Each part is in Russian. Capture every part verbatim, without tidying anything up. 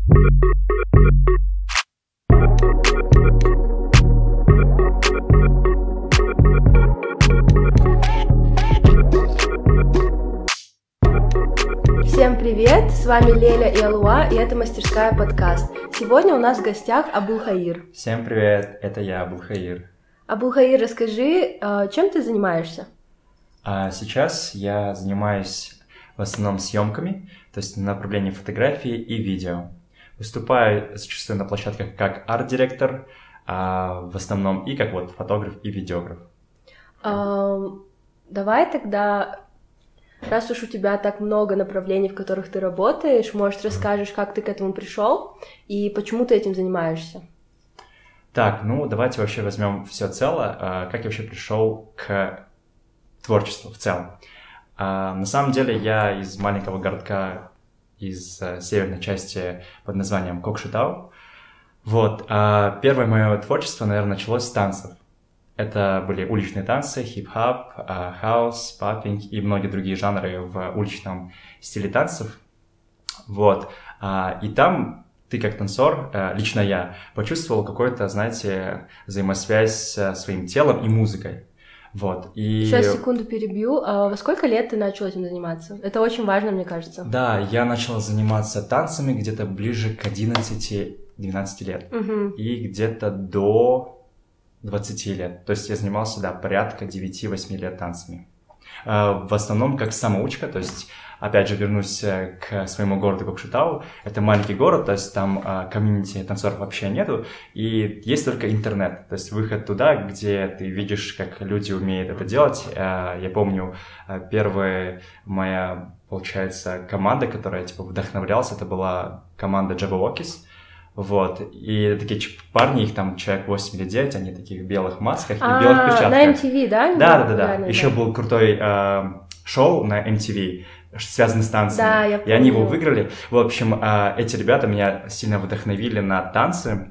Всем привет, с вами Леля и Алуа, и это «Мастерская подкаст». Сегодня у нас в гостях Абулхаир. Всем привет, это я, Абулхаир. Абулхаир, расскажи, чем ты занимаешься? А сейчас я занимаюсь в основном съемками, то есть на направлении фотографии и видео. Выступаю зачастую на площадках как арт-директор, а в основном и как вот фотограф и видеограф. А, давай тогда... Раз уж у тебя так много направлений, в которых ты работаешь, может, расскажешь, как ты к этому пришел и почему ты этим занимаешься? Так, ну давайте вообще возьмем все целое. Как я вообще пришел к творчеству в целом? На самом деле я из маленького городка, из северной части под названием Кокшетау. Вот. Первое мое творчество, наверное, началось с танцев. Это были уличные танцы, хип-хоп, хаус, паппинг и многие другие жанры в уличном стиле танцев. Вот. И там ты как танцор, лично я, почувствовал какую-то, знаете, взаимосвязь со своим телом и музыкой. Вот. И... Сейчас, секунду перебью. А во сколько лет ты начал этим заниматься? Это очень важно, мне кажется. Да, я начал заниматься танцами где-то ближе к одиннадцати-двенадцати лет. Угу. И где-то до... двадцати лет. То есть я занимался, да, порядка девяти-восьми лет танцами. В основном как самоучка, то есть, опять же, вернусь к своему городу Кокшетау. Это маленький город, то есть там комьюнити танцоров вообще нету, и есть только интернет, то есть выход туда, где ты видишь, как люди умеют это делать. Я помню, первая моя, получается, команда, которая, типа, вдохновлялась, это была команда Jabberwockies. Вот, и такие парни, их там человек восемь или девять, они такие в белых масках и в белых перчатках. На эм ти ви, да? Да, да, да, да. Еще был крутой э, шоу на эм ти ви, связанный с танцами. Да, я помню. И они его выиграли. В общем, э, эти ребята меня сильно вдохновили на танцы.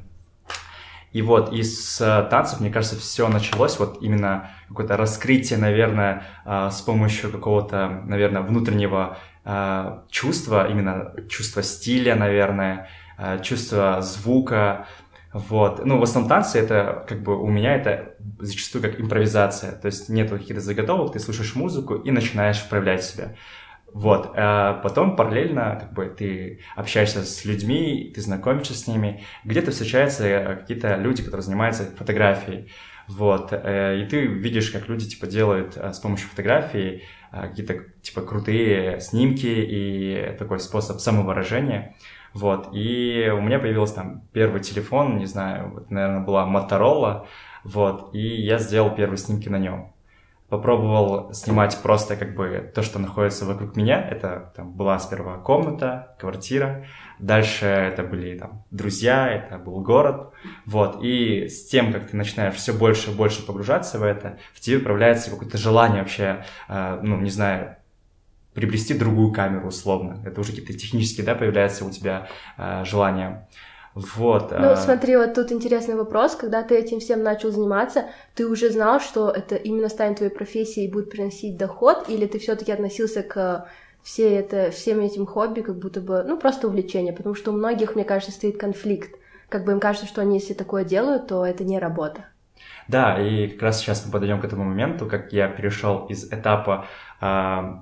И вот из э, танцев, мне кажется, все началось, вот именно какое-то раскрытие, наверное, э, с помощью какого-то, наверное, внутреннего э, чувства, именно чувства стиля, наверное, чувство звука, вот. Ну, в основном танцы, это, как бы, у меня это зачастую как импровизация, то есть нету каких-то заготовок, ты слушаешь музыку и начинаешь проявлять себя. Вот. А потом параллельно, как бы, ты общаешься с людьми, ты знакомишься с ними, где-то встречаются какие-то люди, которые занимаются фотографией, вот. И ты видишь, как люди, типа, делают с помощью фотографии какие-то, типа, крутые снимки и такой способ самовыражения. Вот, и у меня появился там первый телефон, не знаю, вот, наверное, была Motorola, вот, и я сделал первые снимки на нем. Попробовал снимать просто, как бы, то, что находится вокруг меня. Это там была сперва комната, квартира, дальше это были там друзья, это был город, вот, и с тем, как ты начинаешь все больше и больше погружаться в это, в тебе появляется какое-то желание вообще, э, ну, не знаю, приобрести другую камеру, условно. Это уже какие-то технические, да, появляются у тебя э, желания. Вот. Ну, э... смотри, вот тут интересный вопрос. Когда ты этим всем начал заниматься, ты уже знал, что это именно станет твоей профессией и будет приносить доход, или ты все-таки относился к всей это, всем этим хобби как будто бы, ну, просто увлечение? Потому что у многих, мне кажется, стоит конфликт. Как бы им кажется, что они, если такое делают, то это не работа. Да, и как раз сейчас мы подойдем к этому моменту, как я перешел из этапа... Э...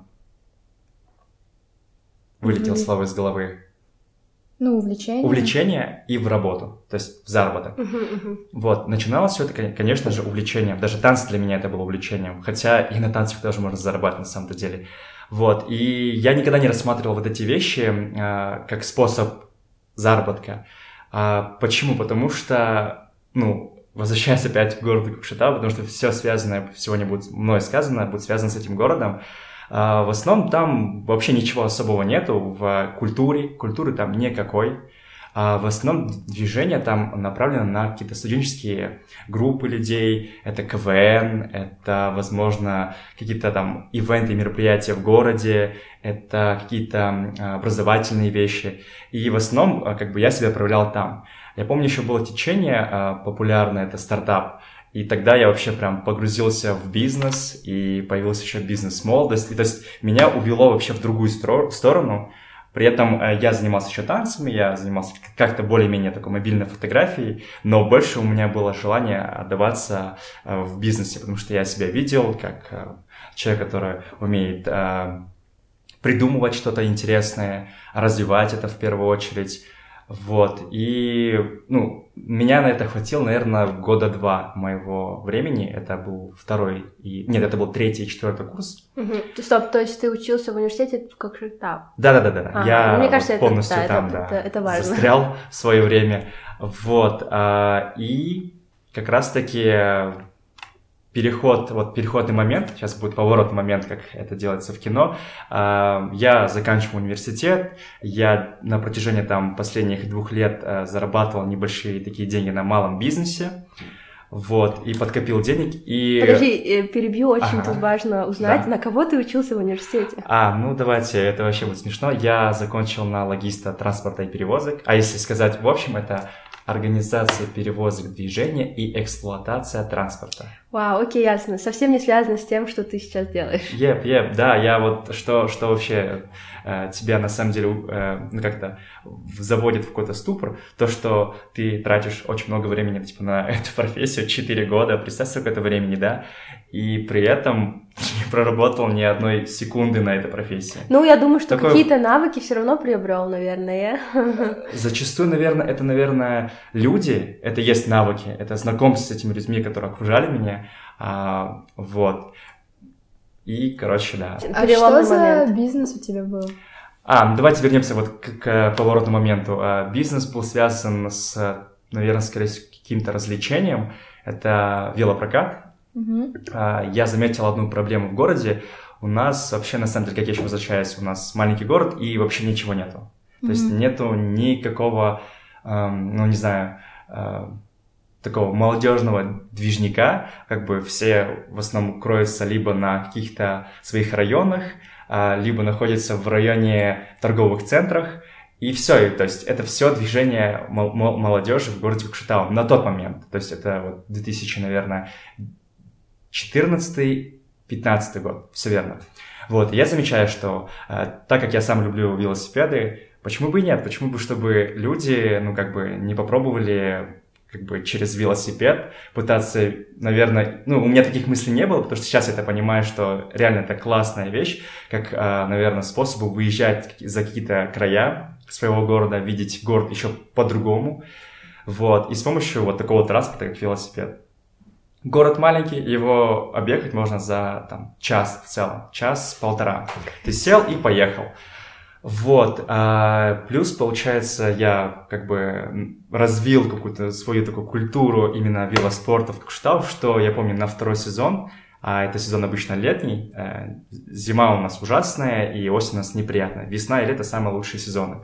Вылетело слово из головы. Ну, увлечение. Увлечение и в работу, то есть в заработок. Uh-huh, uh-huh. Вот, начиналось все это, конечно же, увлечением. Даже танцы для меня это было увлечением. Хотя и на танцах тоже можно зарабатывать на самом-то деле. Вот, и я никогда не рассматривал вот эти вещи э, как способ заработка. А почему? Потому что, ну, возвращаясь опять к городу Кокшетау, потому что все связанное, сегодня будет мной сказано, будет связано с этим городом. В основном там вообще ничего особого нету в культуре, культуры там никакой. В основном движение там направлено на какие-то студенческие группы людей, это ка вэ эн, это, возможно, какие-то там ивенты, мероприятия в городе, это какие-то образовательные вещи. И в основном, как бы, я себя проявлял там. Я помню, еще было течение популярное, это стартап. И тогда я вообще прям погрузился в бизнес, и появился еще бизнес-молодость. И то есть меня увело вообще в другую сторону. При этом э, я занимался еще танцами, я занимался как-то более-менее такой мобильной фотографией, но больше у меня было желание отдаваться э, в бизнесе, потому что я себя видел как э, человек, который умеет э, придумывать что-то интересное, развивать это в первую очередь. Вот, и, ну, меня на это хватило, наверное, года два моего времени, это был второй, и... нет, это был третий и четвертый курс. Угу. Стоп, то есть ты учился в университете как же там? Да-да-да, а, я мне кажется, вот это, полностью да, там, это, да, это, это важно. застрял в свое время, вот, а, и как раз-таки... Переход, вот переходный момент, сейчас будет поворотный момент, как это делается в кино. Я заканчивал университет, я на протяжении там последних двух лет зарабатывал небольшие такие деньги на малом бизнесе, вот, и подкопил денег, и... Подожди, перебью, очень ага. тут важно узнать, Да. на кого ты учился в университете? А, ну давайте, это вообще будет смешно. Я закончил на логиста транспорта и перевозок, а если сказать в общем, это... Организация перевозок движения и эксплуатация транспорта. Вау, окей, ясно. Совсем не связано с тем, что ты сейчас делаешь. Еп, yep, еп, yep, да, я вот, что, что вообще э, тебя на самом деле, э, ну, как-то заводит в какой-то ступор, то, что ты тратишь очень много времени, типа, на эту профессию, четыре года, представь, сколько это времени, да, и при этом не проработал ни одной секунды на этой профессии. Ну, я думаю, что Такое... какие-то навыки все равно приобрел, наверное. Зачастую, наверное, это, наверное, люди, это есть навыки, это знакомство с этими людьми, которые окружали меня, а, вот. И, короче, да. А что за момент. Бизнес у тебя был? А, ну давайте вернемся вот к, к поворотному моменту. А, бизнес был связан с, наверное, скорее всего, каким-то развлечением. Это велопрокат. Угу. А, я заметил одну проблему в городе. У нас вообще, на самом деле, как я еще возвращаюсь, у нас маленький город и вообще ничего нету. То mm-hmm. есть нету никакого, эм, ну, не знаю, э, такого молодежного движника. Как бы все в основном кроются либо на каких-то своих районах, э, либо находятся в районе торговых центрах. И все, то есть это все движение мол- мол- молодежи в городе Кокшетау на тот момент. То есть это вот две тысячи, наверное, четырнадцатый пятнадцатый год, все верно. Вот, я замечаю, что э, так как я сам люблю велосипеды, почему бы и нет? Почему бы, чтобы люди, ну, как бы, не попробовали, как бы, через велосипед пытаться, наверное... Ну, у меня таких мыслей не было, потому что сейчас я это понимаю, что реально это классная вещь, как, э, наверное, способ выезжать за какие-то края своего города, видеть город еще по-другому, вот, и с помощью вот такого транспорта, как велосипед. Город маленький, его объехать можно за там, час в целом, час-полтора. Ты сел и поехал. Вот. А, плюс, получается, я как бы развил какую-то свою такую культуру именно велоспорта в Кокшетау, что я помню на второй сезон, а это сезон обычно летний, э, зима у нас ужасная и осень у нас неприятная. Весна и лето самые лучшие сезоны.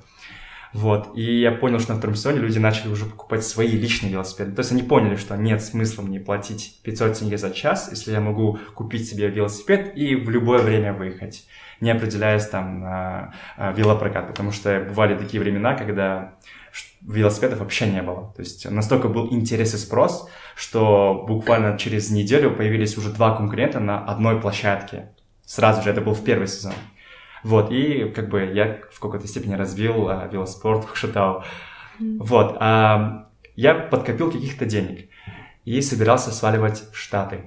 Вот, и я понял, что на втором сезоне люди начали уже покупать свои личные велосипеды. То есть они поняли, что нет смысла мне платить пятьсот тенге за час, если я могу купить себе велосипед и в любое время выехать, не определяясь там на велопрокат. Потому что бывали такие времена, когда велосипедов вообще не было. То есть настолько был интерес и спрос, что буквально через неделю появились уже два конкурента на одной площадке. Сразу же, это был в первый сезон. Вот, и как бы я в какой-то степени развил а, велоспорт в Кокшетау. Mm. Вот, а, я подкопил каких-то денег и собирался сваливать в Штаты.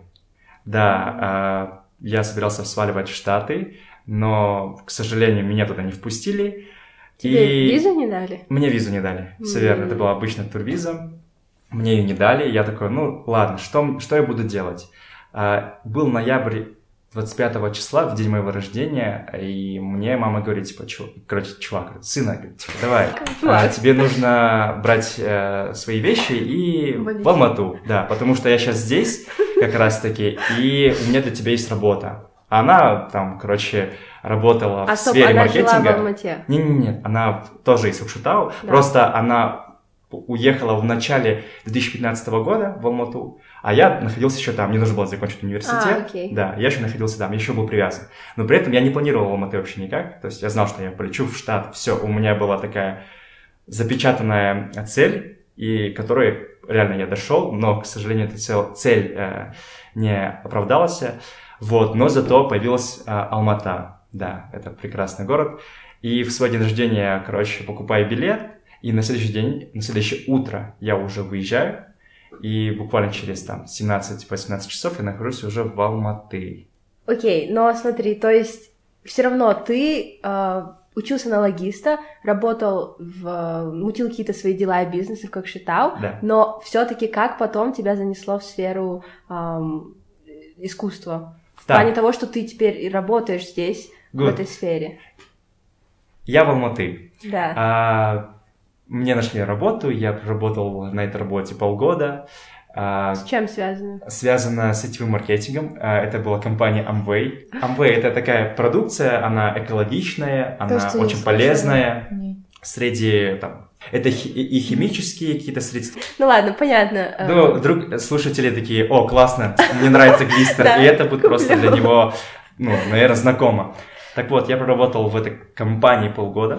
Да, а, я собирался сваливать в Штаты, но, к сожалению, меня туда не впустили. Тебе и... визу не дали? Мне визу не дали, все mm. верно. Это была обычная турвиза, мне ее не дали. Я такой, ну ладно, что, что я буду делать? А, был ноябрь двадцать пятого числа, в день моего рождения, и мне мама говорит, типа, чувак, короче, чувак, сына, говорит, типа, давай, а, тебе нужно брать э, свои вещи и в Алмату, да, потому что я сейчас здесь как раз-таки, и у меня для тебя есть работа. Она там, короче, работала а в сфере она маркетинга. Жила в Алмате? Не-не-не, она тоже из Кокшетау, да. Просто она уехала в начале две тысячи пятнадцатого года в Алмату, а я находился еще там, мне нужно было закончить университет, а, окей. Да, я еще находился там, еще был привязан. Но при этом я не планировал в Алматы вообще никак, то есть я знал, что я полечу в штат, все, у меня была такая запечатанная цель, и к которой реально я дошел, но, к сожалению, эта цель, цель э, не оправдалась, вот, но зато появилась э, Алмата, да, это прекрасный город. И в свой день рождения, короче, покупаю билет, и на следующий день, на следующее утро я уже выезжаю, и буквально через там семнадцать-восемнадцать часов я нахожусь уже в Алматы. Окей, но смотри, то есть все равно ты э, учился на логиста, работал в... мутил какие-то свои дела и бизнесы, как считал, да. Но все-таки как потом тебя занесло в сферу э, искусства? В да. плане того, что ты теперь работаешь здесь, Good. В этой сфере. Я в Алматы. Да. А, мне нашли работу, я проработал на этой работе полгода. А, с чем связано? Связано с сетевым маркетингом. А, это была компания Amway. Amway — это такая продукция, она экологичная, она То, очень полезная. Среди там, это хи- и химические какие-то средства. Ну ладно, понятно. Ну, вдруг слушатели такие: о, классно, мне нравится глистер, и это будет просто для него, ну, наверное, знакомо. Так вот, я проработал в этой компании полгода,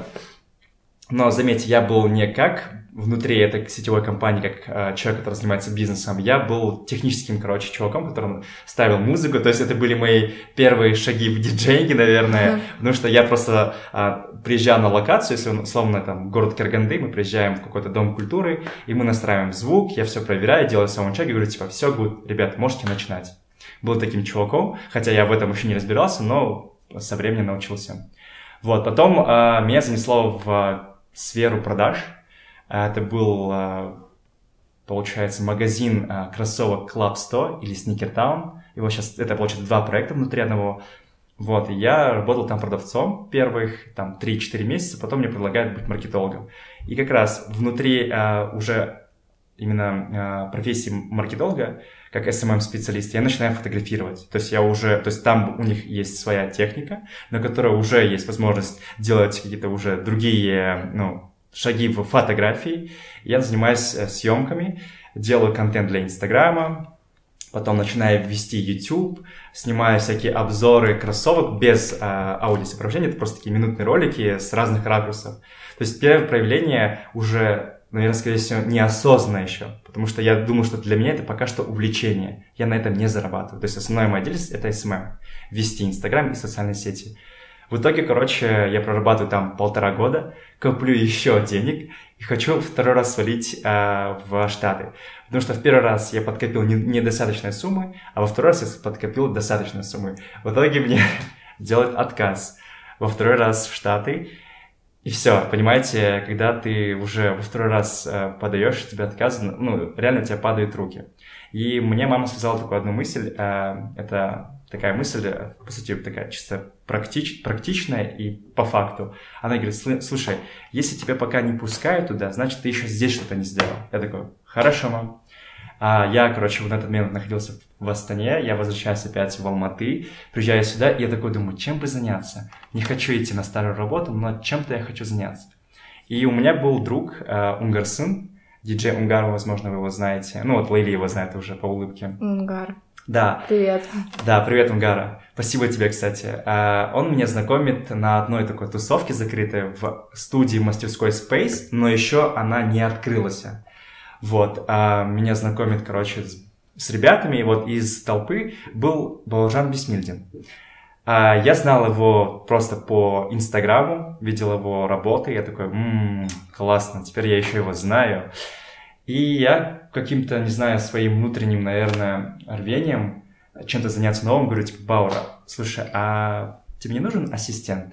но, заметьте, я был не как внутри этой сетевой компании, как э, человек, который занимается бизнесом, я был техническим, короче, чуваком, который ставил музыку, то есть это были мои первые шаги в диджейнге, наверное, mm-hmm. потому что я просто э, приезжал на локацию, если, условно, там, город Караганды, мы приезжаем в какой-то дом культуры, и мы настраиваем звук, я все проверяю, делаю саундчек и говорю, типа, все, good, ребят, можете начинать. Был таким чуваком, хотя я в этом вообще не разбирался, но со временем научился. Вот, потом э, меня занесло в э, сферу продаж. Это был, э, получается, магазин э, кроссовок Club сто или Sneaker Town. Его сейчас, это, получается, два проекта внутри одного. Вот, и я работал там продавцом первых, там, три-четыре месяца, потом мне предлагают быть маркетологом. И как раз внутри э, уже именно э, профессии маркетолога, как эс эм эм-специалист, я начинаю фотографировать. То есть я уже, то есть там у них есть своя техника, на которой уже есть возможность делать какие-то уже другие, ну, шаги в фотографии. Я занимаюсь съемками, делаю контент для Инстаграма, потом начинаю вести YouTube, снимаю всякие обзоры кроссовок без э, аудиосопровождения, это просто такие минутные ролики с разных ракурсов. То есть первое проявление уже, наверное, скорее всего, неосознанно еще, потому что я думаю, что для меня это пока что увлечение. Я на этом не зарабатываю. То есть основная моя деятельность — это эс эм эм, вести Инстаграм и социальные сети. В итоге, короче, я прорабатываю там полтора года, коплю еще денег и хочу второй раз свалить э, в Штаты. Потому что в первый раз я подкопил не, недостаточной суммы, а во второй раз я подкопил достаточной суммы. В итоге мне делают отказ во второй раз в Штаты. И все, понимаете, когда ты уже во второй раз э, подаешь, тебе отказ, ну, реально у тебя падают руки. И мне мама сказала такую одну мысль, э, это такая мысль, по сути, такая чисто практич, практичная и по факту. Она говорит: слушай, если тебя пока не пускают туда, значит, ты еще здесь что-то не сделал. Я такой: хорошо, мам. А я, короче, в этот момент находился в Астане, я возвращаюсь опять в Алматы, приезжаю сюда, и я такой думаю, чем бы заняться? Не хочу идти на старую работу, но чем-то я хочу заняться. И у меня был друг, э, Унгарсын, диджей Унгар, возможно, вы его знаете. Ну, вот Лейли его знает уже по улыбке. Унгар. Да. Привет. Да, привет, Унгара. Спасибо тебе, кстати. Uh, он меня знакомит на одной такой тусовке закрытой в студии мастерской Space, но еще она не открылась. Вот, uh, меня знакомит, короче, с, с ребятами, и вот из толпы был Бауыржан Бисмильдин. Uh, я знал его просто по Инстаграму, видел его работы, я такой: м-м, классно, теперь я еще его знаю. И я каким-то, не знаю, своим внутренним, наверное, рвением чем-то заняться новым, говорю, типа: Баура, слушай, а тебе не нужен ассистент?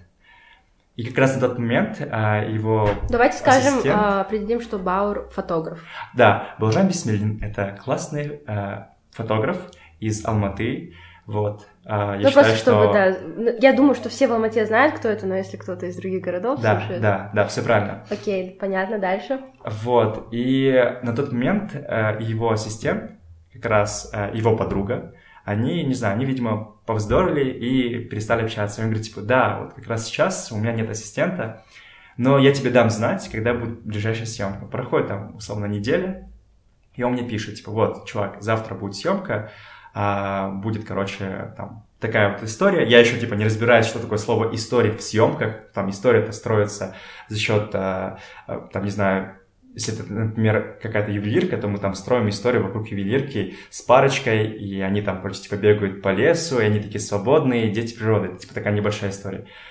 И как раз на тот момент а, его Давайте скажем, ассистент... а, определим, что Баур фотограф. Да, Бауыржан Бисмильдин — это классный а, фотограф из Алматы. Вот. А, я ну, считаю, просто что... чтобы, да, я думаю, что все в Алмате знают, кто это, но если кто-то из других городов да, слушает... Да, да, все правильно. Окей, понятно, дальше. Вот, и на тот момент э, его ассистент, как раз э, его подруга, они, не знаю, они, видимо, повздорили и перестали общаться. Он говорит, типа: да, вот как раз сейчас у меня нет ассистента, но я тебе дам знать, когда будет ближайшая съемка. Проходит там, условно, неделя, и он мне пишет, типа: вот, чувак, завтра будет съемка, а, будет, короче, там, такая вот история. Я еще, типа, не разбираюсь, что такое слово «история» в съемках. Там история-то строится за счет, а, а, там, не знаю, если это, например, какая-то ювелирка, то мы там строим историю вокруг ювелирки с парочкой, и они там, короче, типа, бегают по лесу, и они такие свободные, дети природы. Это, типа, такая небольшая история.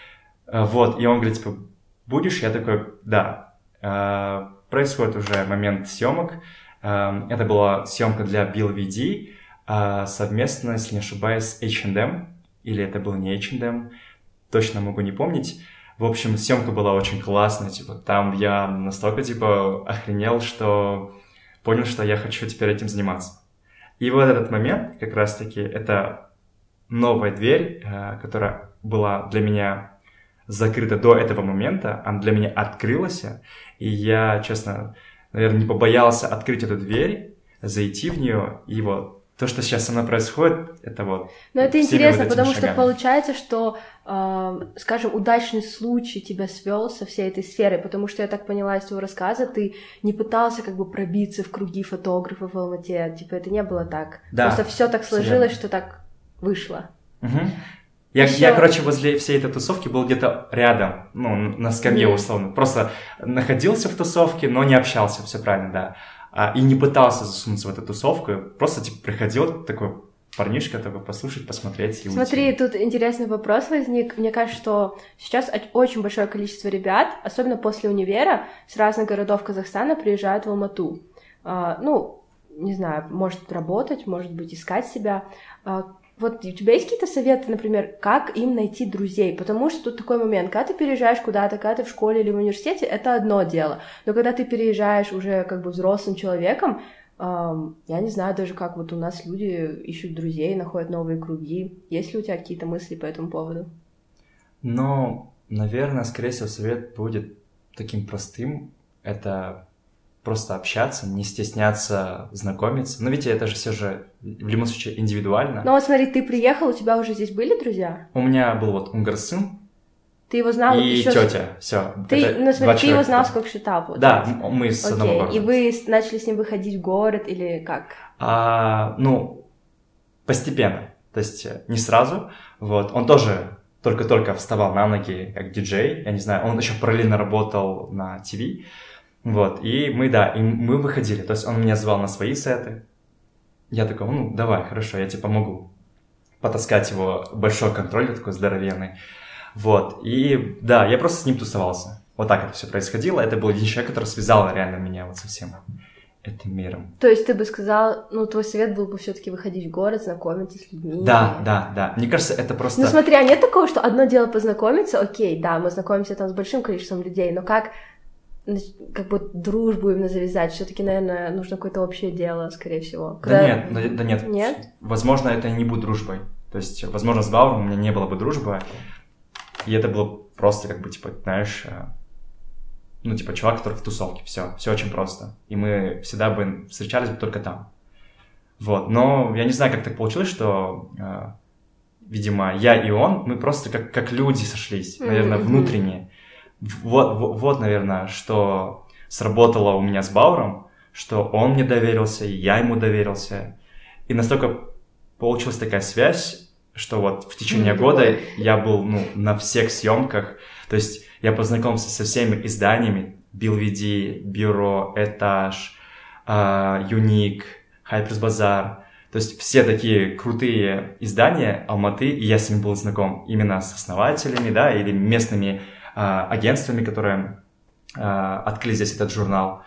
Вот, и он говорит, типа, будешь? Я такой, да. Происходит уже момент съемок. Это была съемка для би эл ви ди совместно, если не ошибаюсь, с эйч энд эм. Или это был не эйч энд эм. Точно могу не помнить. В общем, съемка была очень классная. Типа, там я настолько, типа, охренел, что понял, что я хочу теперь этим заниматься. И вот этот момент, как раз-таки, это новая дверь, которая была для меня закрыта до этого момента, она для меня открылась, и я, честно, наверное, не побоялся открыть эту дверь, зайти в нее, и вот то, что сейчас со мной происходит, это вот... Но это интересно, вот потому шагами. Что получается, что, э, скажем, удачный случай тебя свел со всей этой сферой, потому что я так поняла из твоего рассказа, ты не пытался как бы пробиться в круги фотографов в Алмате, типа это не было так. Да, просто все так сложилось, что так вышло. Угу. Я, Ещё... я, короче, возле всей этой тусовки был где-то рядом, ну, на скамье mm. условно. Просто находился в тусовке, но не общался, все правильно, да. А, и не пытался засунуться в эту тусовку, просто, типа, приходил такой парнишка, такой послушать, посмотреть и уйти. Смотри, тут интересный вопрос возник. Мне кажется, что сейчас очень большое количество ребят, особенно после универа, с разных городов Казахстана приезжают в Алмату. А, ну, не знаю, может работать, может быть, искать себя. А, Вот у тебя есть какие-то советы, например, как им найти друзей? Потому что тут такой момент, когда ты переезжаешь куда-то, когда ты в школе или в университете, это одно дело. Но когда ты переезжаешь уже как бы взрослым человеком, эм, я не знаю даже, как вот у нас люди ищут друзей, находят новые круги. Есть ли у тебя какие-то мысли по этому поводу? Ну, наверное, скорее всего, совет будет таким простым. Это... просто общаться, не стесняться знакомиться. Но ведь это же все же в любом случае индивидуально. Ну вот смотри, ты приехал, у тебя уже здесь были друзья? У меня был вот унгар-сын. Ты его знал и еще... тетя, все. Ты, ну смотри, ты его знал сколько считал, получается? Да, мы с Окей. одного города. И вы начали с ним выходить в город или как? А, ну, постепенно. То есть не сразу. Вот. Он тоже только-только вставал на ноги как диджей. Я не знаю, он еще параллельно работал на ТВ. Вот, и мы, да, и мы выходили, то есть он меня звал на свои сеты, я такой, ну, давай, хорошо, я тебе помогу потаскать его, большой контроллер такой здоровенный, вот, и, да, я просто с ним тусовался, вот так это все происходило, это был един человек, который связал реально меня вот со всем этим миром. То есть ты бы сказал, ну, твой совет был бы все-таки выходить в город, знакомиться с людьми? Да, да, да, мне кажется, это просто... Ну, смотри, а нет такого, что одно дело познакомиться, окей, да, мы знакомимся там с большим количеством людей, но как... как бы дружбу именно завязать, все-таки, наверное, нужно какое-то общее дело, скорее всего. Когда... Да нет, да, да нет. Нет? Возможно, это не будет дружбой. То есть, возможно, с Бауром у меня не было бы дружбы, и это было просто, как бы, типа, знаешь, ну, типа, чувак, который в тусовке, все, все очень просто. И мы всегда бы встречались бы только там. Вот, но я не знаю, как так получилось, что, видимо, я и он, мы просто как, как люди сошлись, наверное, mm-hmm. внутренне. Вот, вот, вот, наверное, что сработало у меня с Бауром, что он мне доверился, и я ему доверился. И настолько получилась такая связь, что вот в течение mm-hmm. года я был, ну, на всех съемках. То есть я познакомился со всеми изданиями: би эл ви ди, Бюро, Этаж, Юник, Хайперс Базар. То есть все такие крутые издания Алматы, и я с ними был знаком именно с основателями, да, или местными агентствами, которые э, открыли здесь этот журнал.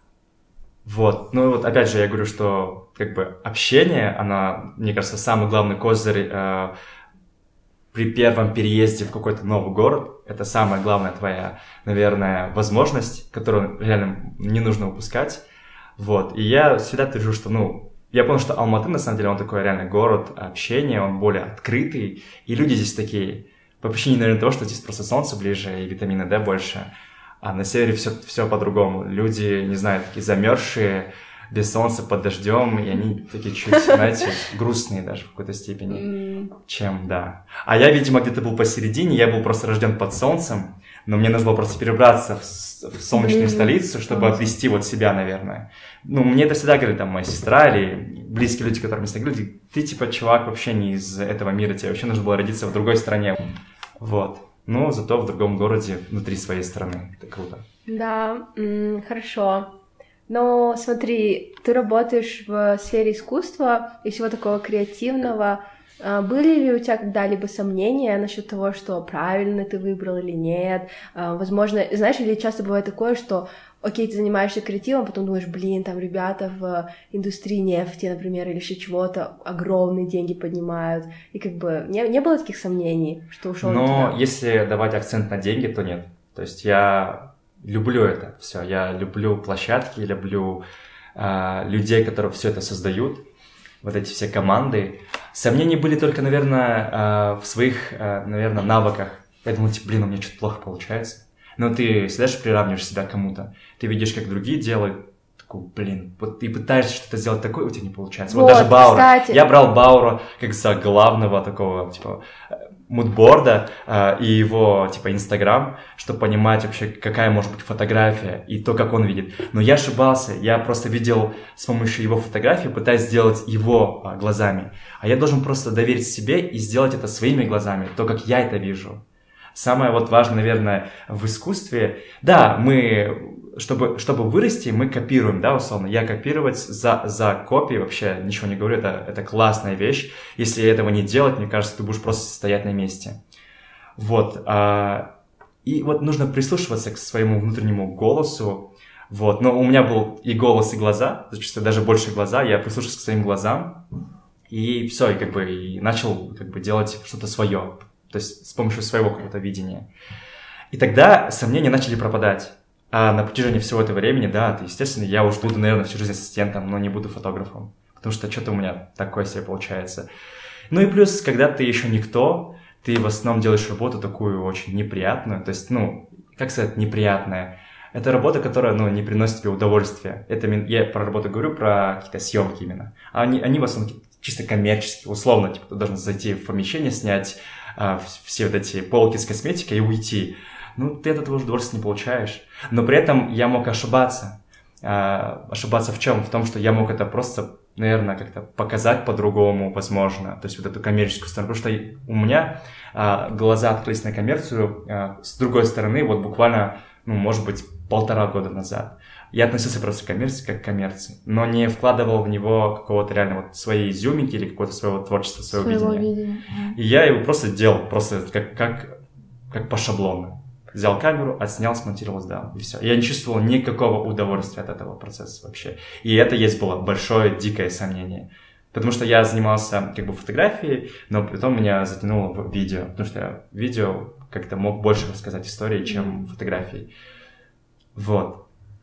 Вот. Ну и вот опять же я говорю, что как бы общение, она, мне кажется, самый главный козырь э, при первом переезде в какой-то новый город. Это самая главная твоя, наверное, возможность, которую реально не нужно упускать. Вот. И я всегда твержу, что, ну, я понял, что Алматы, на самом деле, он такой реально город общения, он более открытый, и люди здесь такие... По причине, наверное, того, что здесь просто солнце ближе и витамина D больше. А на севере все, все по-другому. Люди, не знаю, такие замерзшие, без солнца, под дождем, и они такие чуть, знаете, грустные даже в какой-то степени, чем, да. А я, видимо, где-то был посередине, я был просто рожден под солнцем, но мне нужно было просто перебраться в, в солнечную mm-hmm. столицу, чтобы mm-hmm. обрести вот себя, наверное. Ну, мне это всегда говорили, там, моя сестра или близкие люди, которые мне всегда говорили, ты, типа, чувак вообще не из этого мира, тебе вообще нужно было родиться в другой стране. Вот. Но зато в другом городе, внутри своей страны. Это круто. Да, м- хорошо. Но смотри, ты работаешь в сфере искусства и всего такого креативного. Были ли у тебя когда-либо сомнения насчет того, что правильно ты выбрал или нет? Возможно, знаешь, или часто бывает такое, что окей, ты занимаешься креативом, потом думаешь, блин, там ребята в индустрии нефти, например, или еще чего-то, огромные деньги поднимают, и как бы не, не было таких сомнений, что ушел? Но если давать акцент на деньги, то нет. То есть я люблю это все, я люблю площадки, люблю э, людей, которые все это создают, вот эти все команды. Сомнения были только, наверное, в своих, наверное, навыках. Я думал, типа, блин, у меня что-то плохо получается. Но ты сидишь, приравниваешь себя к кому-то. Ты видишь, как другие делают. Такой, блин, вот ты пытаешься что-то сделать такое, у тебя не получается. Вот, вот даже Баура. Кстати. Я брал Бауру как за главного такого, типа, мудборда э, и его, типа, Инстаграм, чтобы понимать вообще, какая может быть фотография и то, как он видит. Но я ошибался, я просто видел с помощью его фотографии, пытаясь сделать его э, глазами. А я должен просто доверить себе и сделать это своими глазами, то, как я это вижу. Самое вот важное, наверное, в искусстве, да, мы, чтобы, чтобы вырасти, мы копируем, да, условно. Я копировать за, за копии вообще ничего не говорю, это, это классная вещь. Если этого не делать, мне кажется, ты будешь просто стоять на месте. Вот. А, и вот нужно прислушиваться к своему внутреннему голосу. Вот. Но у меня был и голос, и глаза, зачастую даже больше глаза. Я прислушался к своим глазам, и все, и как бы и начал как бы делать что-то свое. То есть с помощью своего какого-то видения. И тогда сомнения начали пропадать. А на протяжении всего этого времени, да, то, естественно, я уж буду, наверное, всю жизнь ассистентом, но не буду фотографом. Потому что что-то у меня такое себе получается. Ну и плюс, когда ты еще никто, ты в основном делаешь работу такую очень неприятную. То есть, ну, как сказать, неприятная. Это работа, которая, ну, не приносит тебе удовольствия. Это я про работу говорю, про какие-то съемки именно. А они, они в основном чисто коммерческие, условно. Типа, ты должен зайти в помещение, снять все вот эти полки с косметикой и уйти. Ну, ты от этого удовольствия не получаешь. Но при этом я мог ошибаться. А, ошибаться в чем? В том, что я мог это просто, наверное, как-то показать по-другому, возможно. То есть вот эту коммерческую сторону. Потому что у меня а, глаза открылись на коммерцию а, с другой стороны, вот буквально, ну, может быть, полтора года назад. Я относился просто к коммерции как к коммерции, но не вкладывал в него какого-то реально вот своей изюминки или какого-то своего творчества, своего, своего видения. видения. И я его просто делал, просто как, как, как по шаблону. Взял камеру, отснял, смонтировал, сдал, и все. Я не чувствовал никакого удовольствия от этого процесса вообще. И это есть было большое, дикое сомнение. Потому что я занимался как бы фотографией, но потом меня затянуло в видео, потому что видео как-то мог больше рассказать истории, чем фотографии. Вот.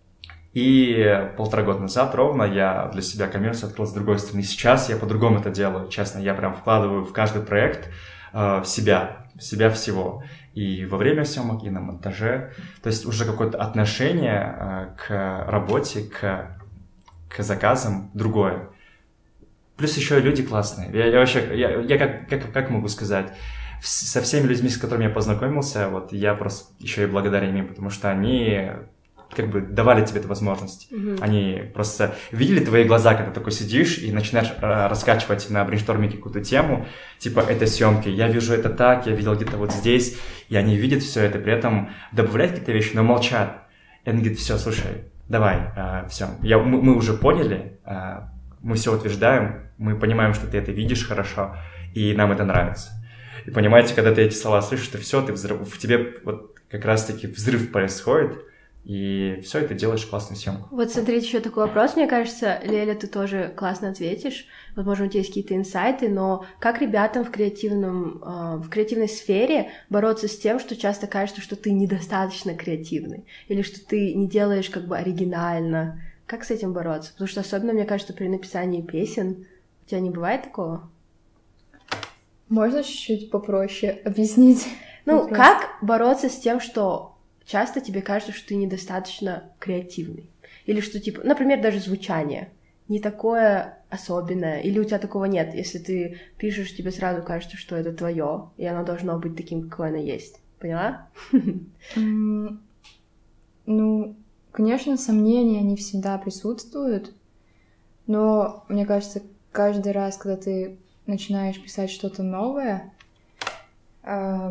И полтора года назад ровно я для себя коммерцию открыл с другой стороны. Сейчас я по-другому это делаю, честно. Я прям вкладываю в каждый проект э, в себя, в себя всего. И во время съемок, и на монтаже. То есть уже какое-то отношение э, к работе, к, к заказам другое. Плюс еще и люди классные. Я, я вообще, я, я как, как, как могу сказать, со всеми людьми, с которыми я познакомился, вот я просто еще и благодарен им, потому что они как бы давали тебе эту возможность. Mm-hmm. Они просто видели твои глаза, когда ты такой сидишь и начинаешь раскачивать на брейншторминге какую-то тему, типа этой съемки. Я вижу это так, я видел где-то вот здесь, и они видят все это, при этом добавляют какие-то вещи, но молчат. И они говорят, все, слушай, давай, э, все, я, мы, мы уже поняли, э, мы все утверждаем, мы понимаем, что ты это видишь хорошо, и нам это нравится. И понимаете, когда ты эти слова слышишь, ты все, ты взрыв, в тебе вот как раз-таки взрыв происходит, и все, и ты делаешь классную съемку. Вот смотрите, еще такой вопрос, мне кажется, Леля, ты тоже классно ответишь. Возможно, у тебя есть какие-то инсайты, но как ребятам в креативном, э, в креативной сфере бороться с тем, что часто кажется, что ты недостаточно креативный, или что ты не делаешь как бы оригинально? Как с этим бороться? Потому что особенно, мне кажется, при написании песен у тебя не бывает такого? Можно чуть-чуть попроще объяснить? Ну, вопрос? Как бороться с тем, что часто тебе кажется, что ты недостаточно креативный? Или что, типа, например, даже звучание не такое особенное, или у тебя такого нет? Если ты пишешь, тебе сразу кажется, что это твое, и оно должно быть таким, какое оно есть. Поняла? Mm, ну, конечно, сомнения, они всегда присутствуют, но, мне кажется, каждый раз, когда ты начинаешь писать что-то новое, э,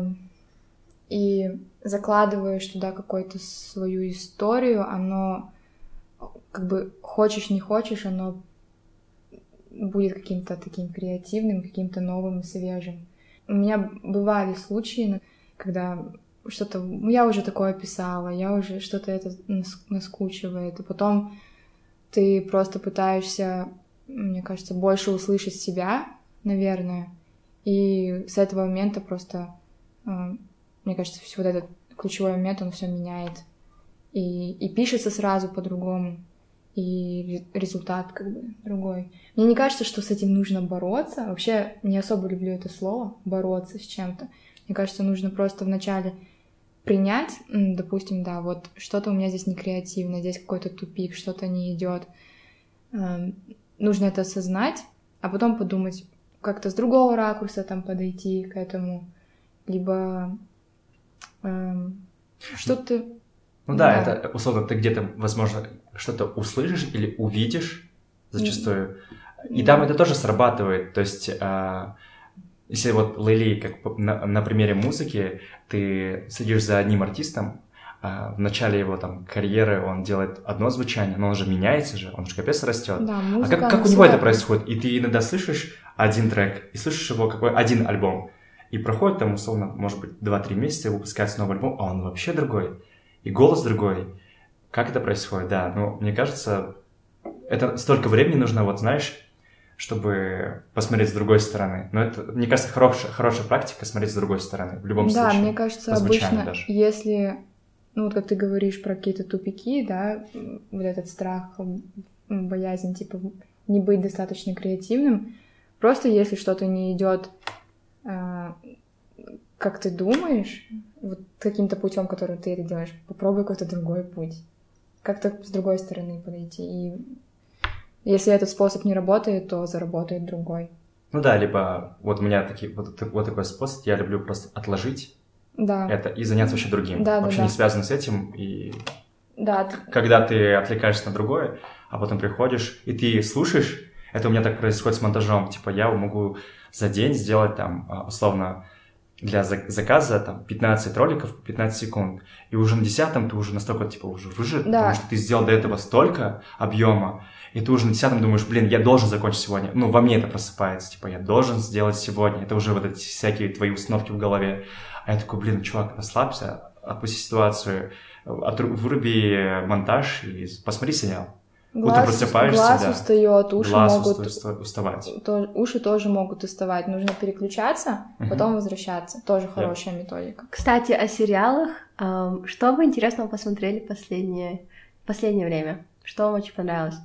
и закладываешь туда какую-то свою историю, оно, как бы, хочешь не хочешь, оно будет каким-то таким креативным, каким-то новым и свежим. У меня бывали случаи, когда что-то... Я уже такое писала, я уже что-то это наскучивает, и потом ты просто пытаешься, мне кажется, больше услышать себя, наверное, и с этого момента просто, мне кажется, вот этот ключевой момент, он все меняет. И, и пишется сразу по-другому, и результат как бы другой. Мне не кажется, что с этим нужно бороться. Вообще, не особо люблю это слово, бороться с чем-то. Мне кажется, нужно просто вначале принять, допустим, да, вот что-то у меня здесь не креативно, здесь какой-то тупик, что-то не идет. Нужно это осознать, а потом подумать, как-то с другого ракурса там подойти к этому, либо эм, что-то... Ну да, да, это, условно, ты где-то, возможно, что-то услышишь или увидишь зачастую, mm. и там это тоже срабатывает, то есть... А... Если вот Лейли, как на, на примере музыки, ты следишь за одним артистом, а в начале его там карьеры он делает одно звучание, но он же меняется же, он же капец растет. Да, а как, как у него это происходит? И ты иногда слышишь один трек, и слышишь его какой один альбом, и проходит там, условно, может быть, два-три месяца, и выпускается новый альбом, а он вообще другой, и голос другой. Как это происходит? Да, ну, мне кажется, это столько времени нужно, вот знаешь, чтобы посмотреть с другой стороны. Но это, мне кажется, хорошая, хорошая практика смотреть с другой стороны, в любом да, случае. Да, мне кажется, обычно, даже. Если, ну, вот как ты говоришь про какие-то тупики, да, вот этот страх, боязнь, типа, не быть достаточно креативным, просто если что-то не идет, э, как ты думаешь, вот каким-то путем, который ты это делаешь, попробуй какой-то другой путь. Как-то с другой стороны подойти. И если этот способ не работает, то заработает другой. Ну да, либо вот у меня такие, вот, вот такой способ, я люблю просто отложить да. это и заняться вообще другим. Да, вообще да, не да. связано с этим. И да. когда ты отвлекаешься на другое, а потом приходишь, и ты слушаешь, это у меня так происходит с монтажом. Типа я могу за день сделать там, условно, для заказа там пятнадцать роликов, пятнадцать секунд. И уже на десятом ты уже настолько типа уже выжат, да. потому что ты сделал до этого столько объема, и ты уже на десятом думаешь, блин, я должен закончить сегодня. Ну, во мне это просыпается, типа, я должен сделать сегодня. Это уже вот эти всякие твои установки в голове. А я такой, блин, чувак, расслабься, отпусти ситуацию, отру- выруби монтаж и посмотри сериал. Глаз, Утром просыпаешься, глаз да. устает, уши глаз могут уста- уставать. То, уши тоже могут уставать. Нужно переключаться, uh-huh. потом возвращаться. Тоже хорошая yeah. методика. Кстати, о сериалах. Эм, что вы интересного посмотрели последнее, последнее время? Что вам очень понравилось?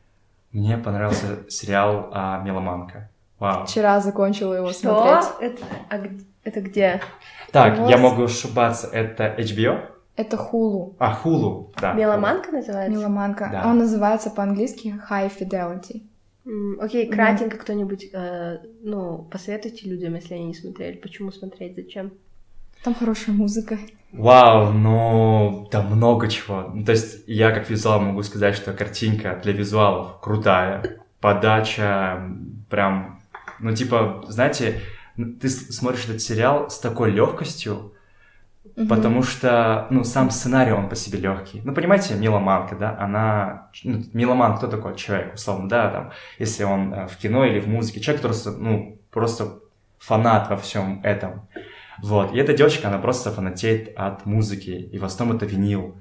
Мне понравился сериал а, «Меломанка». Вау. Вчера закончила его что? смотреть. Это, а, это где? Так, вот. Я могу ошибаться. Это эйч би о? Это Hulu. А, Hulu, да. «Меломанка» называется? «Меломанка». Да. Он называется по-английски High Fidelity. Mm, окей, okay, кратенько mm. кто-нибудь, э, ну, посоветуйте людям, если они не смотрели. Почему смотреть, зачем? Там хорошая музыка. Вау, ну, там много чего. Ну, то есть я как визуал могу сказать, что картинка для визуалов крутая, подача прям, ну, типа, знаете, ты смотришь этот сериал с такой легкостью, mm-hmm. потому что, ну, сам сценарий, он по себе легкий. Ну, понимаете, меломанка, да, она... Ну, меломан, кто такой человек, условно, да, там, если он в кино или в музыке, человек, который, ну, просто фанат во всем этом. Вот, и эта девочка, она просто фанатеет от музыки, и в основном это винил.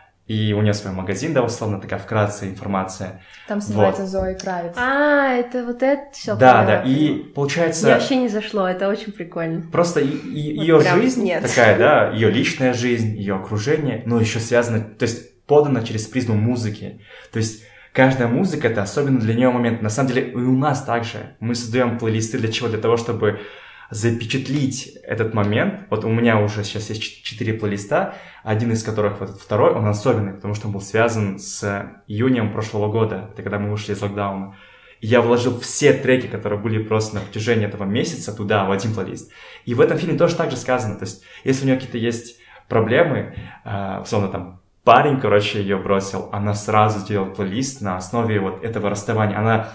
И у нее свой магазин, да, условно, такая вкратце информация. Там снимается вот. Зои Кравиц. А, это вот это все. Да, да, и получается... Мне вообще не зашло, это очень прикольно. Просто и, и, вот ее жизнь нет. такая, да, ее личная жизнь, ее окружение, но еще связано, то есть подано через призму музыки. То есть каждая музыка — это особенно для нее момент. На самом деле и у нас также. Мы создаем плейлисты для чего? Для того, чтобы запечатлить этот момент. Вот у меня уже сейчас есть четыре плейлиста, один из которых, вот второй, он особенный, потому что он был связан с июнем прошлого года, это когда мы вышли из локдауна. И я вложил все треки, которые были просто на протяжении этого месяца, туда, в один плейлист. И в этом фильме тоже так же сказано. То есть, если у нее какие-то есть проблемы, э, условно там, парень, короче, ее бросил, она сразу сделала плейлист на основе вот этого расставания. Она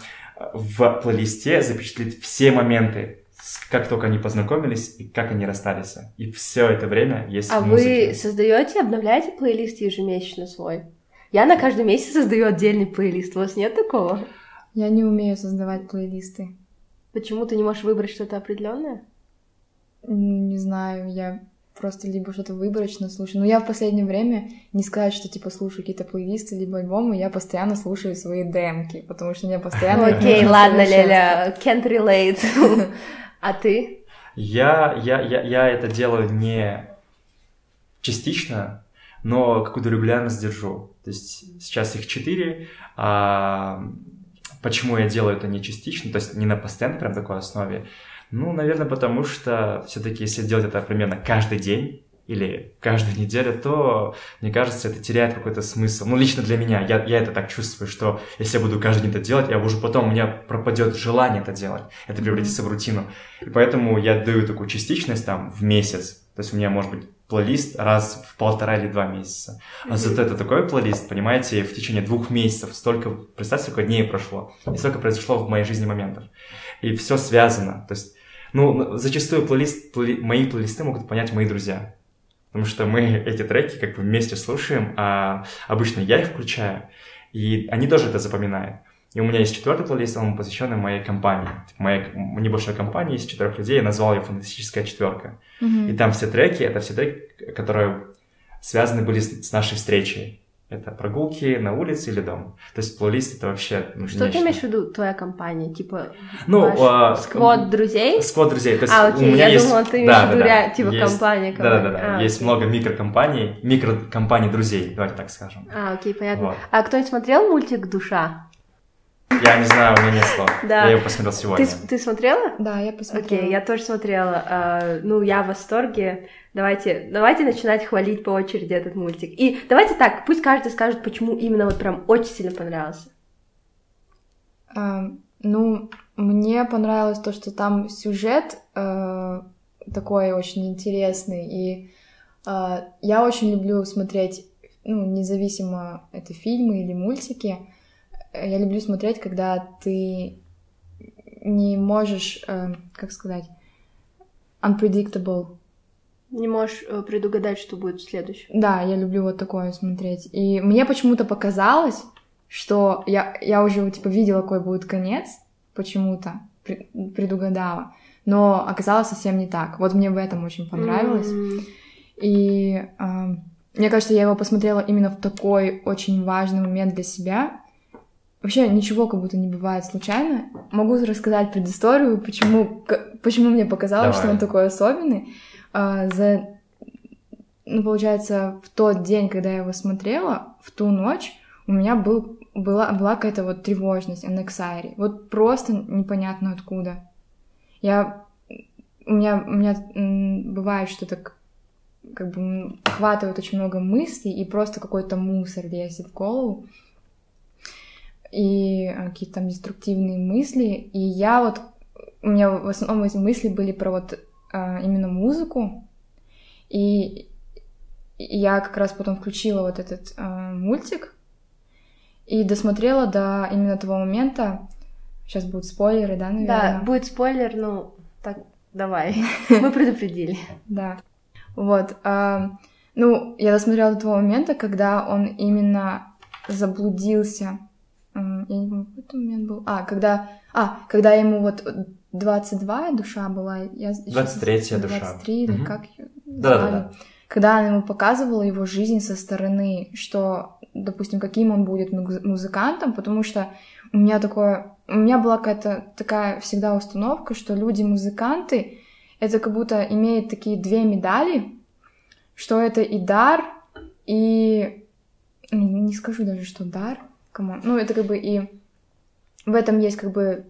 в плейлисте запечатлит все моменты, как только они познакомились и как они расстались. И все это время есть а музыка. А вы создаете, обновляете плейлист ежемесячно свой? Я на каждый месяц создаю отдельный плейлист. У вас нет такого? Я не умею создавать плейлисты. Почему ты не можешь выбрать что-то определенное? Не знаю, я просто либо что-то выборочно слушаю. Но я в последнее время не сказать, что типа слушаю какие-то плейлисты, либо альбомы, я постоянно слушаю свои демки, потому что мне постоянно... Окей, ладно, Леля, can't relate. А ты? Я, я, я, я это делаю не частично, но какую-то регулярность держу. То есть сейчас их четыре, а почему я делаю это не частично, то есть не на постоянной прям такой основе? Ну, наверное, потому что все-таки если делать это примерно каждый день или каждую неделю, то, мне кажется, это теряет какой-то смысл. Ну, лично для меня, я, я это так чувствую, что если я буду каждый день это делать, я уже потом, у меня пропадет желание это делать, это превратится в рутину. И поэтому я даю такую частичность там в месяц, то есть у меня может быть плейлист раз в полтора или два месяца. А зато это такой плейлист, понимаете, в течение двух месяцев столько, представьте, сколько дней прошло, и столько произошло в моей жизни моментов. И все связано. То есть, ну, зачастую плейлист, плей, мои плейлисты могут понять мои друзья. Потому что мы эти треки как бы вместе слушаем, а обычно я их включаю, и они тоже это запоминают. И у меня есть четвертый плейлист, он посвященный моей компании. Моя небольшая компания из четырех людей, я назвал ее «Фантастическая четверка». Mm-hmm. И там все треки, это все треки, которые связаны были с, с нашей встречей. Это прогулки на улице или дома. То есть плейлист это вообще... Ну, что нечто. Ты имеешь в виду, твоя компания? Типа ну, а, сквот друзей? Сквот друзей. То есть а, окей, у меня я есть... думала, ты имеешь да, в виду да, ря... да. типа есть... компания. Да-да-да, а, есть окей. много микрокомпаний, микрокомпаний друзей, давайте так скажем. А, окей, понятно. Вот. А кто-нибудь смотрел мультик «Душа»? Я не знаю, у меня нет слов. Да. Я его посмотрел сегодня. Ты, ты смотрела? Да, я посмотрела. Окей, я тоже смотрела. Uh, ну, я в восторге. Давайте, давайте начинать хвалить по очереди этот мультик. И давайте так, пусть каждый скажет, почему именно вот прям очень сильно понравился. Uh, ну, мне понравилось то, что там сюжет uh, такой очень интересный. И uh, я очень люблю смотреть, ну, независимо это фильмы или мультики, я люблю смотреть, когда ты не можешь, э, как сказать, unpredictable. Не можешь э, предугадать, что будет в следующем. Да, я люблю вот такое смотреть. И мне почему-то показалось, что я, я уже, типа, видела, какой будет конец, почему-то при, предугадала. Но оказалось совсем не так. Вот мне в этом очень понравилось. Mm-hmm. И э, мне кажется, я его посмотрела именно в такой очень важный момент для себя. Вообще ничего как будто не бывает случайно. Могу рассказать предысторию, почему, почему мне показалось, Давай. что он такой особенный. А, за, ну, получается, в тот день, когда я его смотрела, в ту ночь у меня был, была, была какая-то вот тревожность, anxiety. Вот просто непонятно откуда. Я, у меня, у меня м, бывает, что так как бы охватывает очень много мыслей, и просто какой-то мусор лезет в голову. И какие-то там деструктивные мысли, и я вот, у меня в основном эти мысли были про вот а, именно музыку, и я как раз потом включила вот этот а, мультик и досмотрела до именно того момента, сейчас будут спойлеры, да, наверное? Да, будет спойлер, ну, так, давай, мы предупредили. Да, вот, ну, я досмотрела до того момента, когда он именно заблудился. Я не помню, какой это момент был. А, когда... А, когда ему вот двадцать два душа была. Я... двадцать третья душа. двадцать три, или угу. как ее Да-да-да. Когда она ему показывала его жизнь со стороны, что, допустим, каким он будет музыкантом, потому что у меня такое... У меня была какая-то такая всегда установка, что люди-музыканты, это как будто имеют такие две медали, что это и дар, и... Не скажу даже, что дар... Камон. Ну, это как бы и в этом есть как бы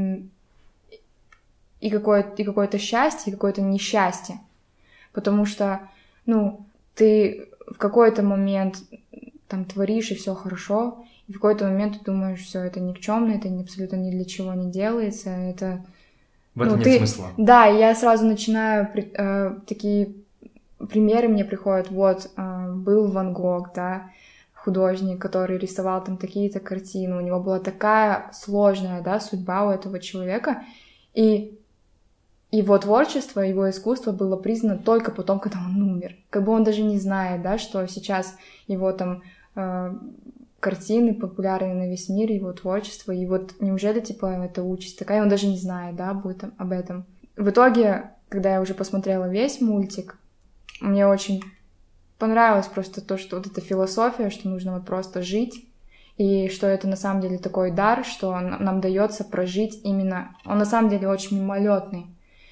и какое-то, и какое-то счастье, и какое-то несчастье. Потому что, ну, ты в какой-то момент там творишь, и все хорошо, и в какой-то момент ты думаешь, все это никчемно, это абсолютно ни для чего не делается, это... В этом ну, нет ты... смысла. Да, и я сразу начинаю... Э, такие примеры мне приходят. Вот, э, был Ван Гог, да, художник, который рисовал там такие-то картины, у него была такая сложная, да, судьба у этого человека, и его творчество, его искусство было признано только потом, когда он умер. Как бы он даже не знает, да, что сейчас его там э, картины популярные на весь мир, его творчество, и вот неужели, типа, это участь такая, он даже не знает, да, будет об этом. В итоге, когда я уже посмотрела весь мультик, мне очень понравилось просто то, что вот эта философия, что нужно вот просто жить, и что это на самом деле такой дар, что нам дается прожить именно... Он на самом деле очень мимолетный,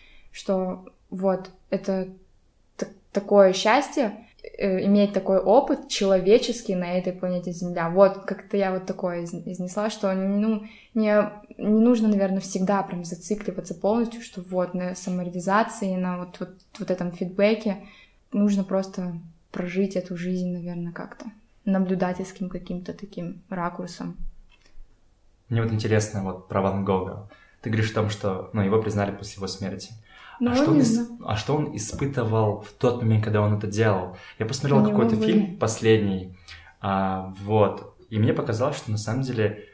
что вот это т- такое счастье, э, иметь такой опыт человеческий на этой планете Земля. Вот как-то я вот такое из- изнесла, что ну, не, не нужно, наверное, всегда прям зацикливаться полностью, что вот на самореализации, на вот, вот, вот этом фидбэке нужно просто прожить эту жизнь, наверное, как-то наблюдательским каким-то таким ракурсом. Мне вот интересно вот про Ван Гога. Ты говоришь о том, что ну, его признали после его смерти. Ну, а, что он ис... а что он испытывал в тот момент, когда он это делал? Я посмотрел какой-то были... фильм последний, а, вот, и мне показалось, что на самом деле,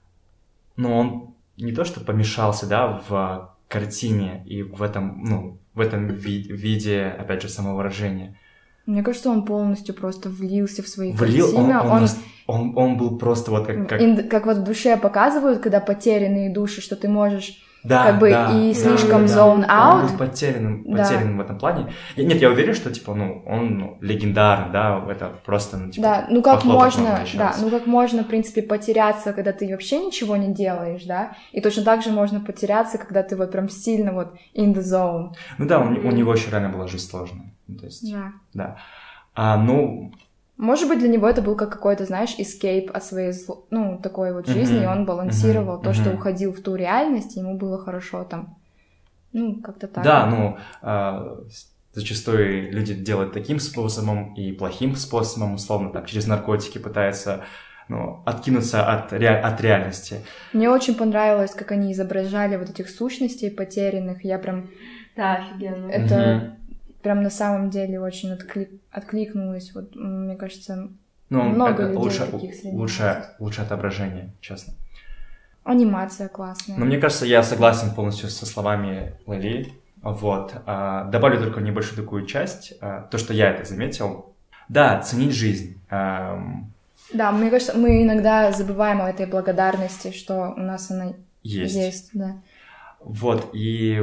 ну, он не то что помешался, да, в картине и в этом, ну, в этом ви- виде, опять же, самовыражения. Мне кажется, он полностью просто влился в свои Влил, картины. Он, он, он... Он, он был просто вот как... Как... In, как вот в душе показывают, когда потерянные души, что ты можешь да, как бы да, и да, слишком да, zone да. out. Он был потерянным, да. потерянным в этом плане. Я, нет, я уверен, что, типа, ну, он ну, легендарный, да, это просто, ну, типа... Да, ну как можно, да, ну как можно, в принципе, потеряться, когда ты вообще ничего не делаешь, да, и точно так же можно потеряться, когда ты вот прям сильно вот in the zone. Ну да, он, у него еще реально была жизнь сложная, то есть, да. да. А, ну... Может быть, для него это был как какой-то, знаешь, escape от своей, ну, такой вот жизни, mm-hmm. и он балансировал mm-hmm. то, что mm-hmm. уходил в ту реальность, и ему было хорошо там, ну, как-то так. Да, ну, а, зачастую люди делают таким способом и плохим способом, условно, там, через наркотики пытаются, ну, откинуться от, ре... от реальности. Мне очень понравилось, как они изображали вот этих сущностей потерянных, я прям... Да, офигенно. Это... Mm-hmm. Прям на самом деле очень отклик... откликнулось. Вот, мне кажется, ну, много людей лучше, таких среди лучше, лучше отображение, честно. Анимация классная. Но мне кажется, я согласен полностью со словами Лали. Вот. А, добавлю только небольшую такую часть. А, то, что я это заметил. Да, ценить жизнь. А... Да, мне кажется, мы иногда забываем о этой благодарности, что у нас она есть. есть да. Вот, и...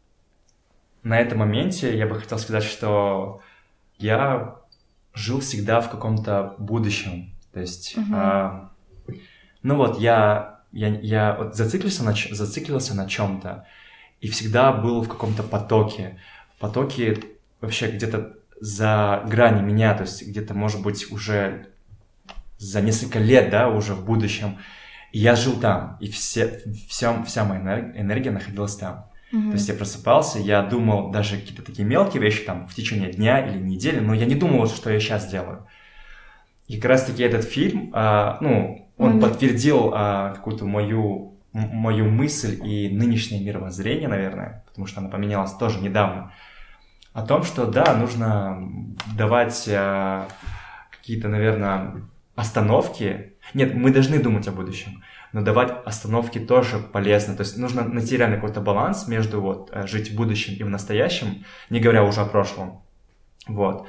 На этом моменте я бы хотел сказать, что я жил всегда в каком-то будущем. То есть, uh-huh. а, ну вот, я, я, я вот зациклился на, зациклился на чем-то и всегда был в каком-то потоке. Потоке вообще где-то за грани меня, то есть где-то, может быть, уже за несколько лет, да, уже в будущем. И я жил там, и все, вся, вся моя энергия находилась там. Mm-hmm. То есть я просыпался, я думал даже какие-то такие мелкие вещи там в течение дня или недели, но я не думал, что я сейчас делаю. И как раз-таки этот фильм, а, ну, он mm-hmm. подтвердил а, какую-то мою, м- мою мысль и нынешнее мировоззрение, наверное, потому что она поменялась тоже недавно, о том, что да, нужно давать а, какие-то, наверное, остановки. Нет, мы должны думать о будущем, но давать остановки тоже полезно. То есть нужно найти реально какой-то баланс между вот жить в будущем и в настоящем, не говоря уже о прошлом. Вот.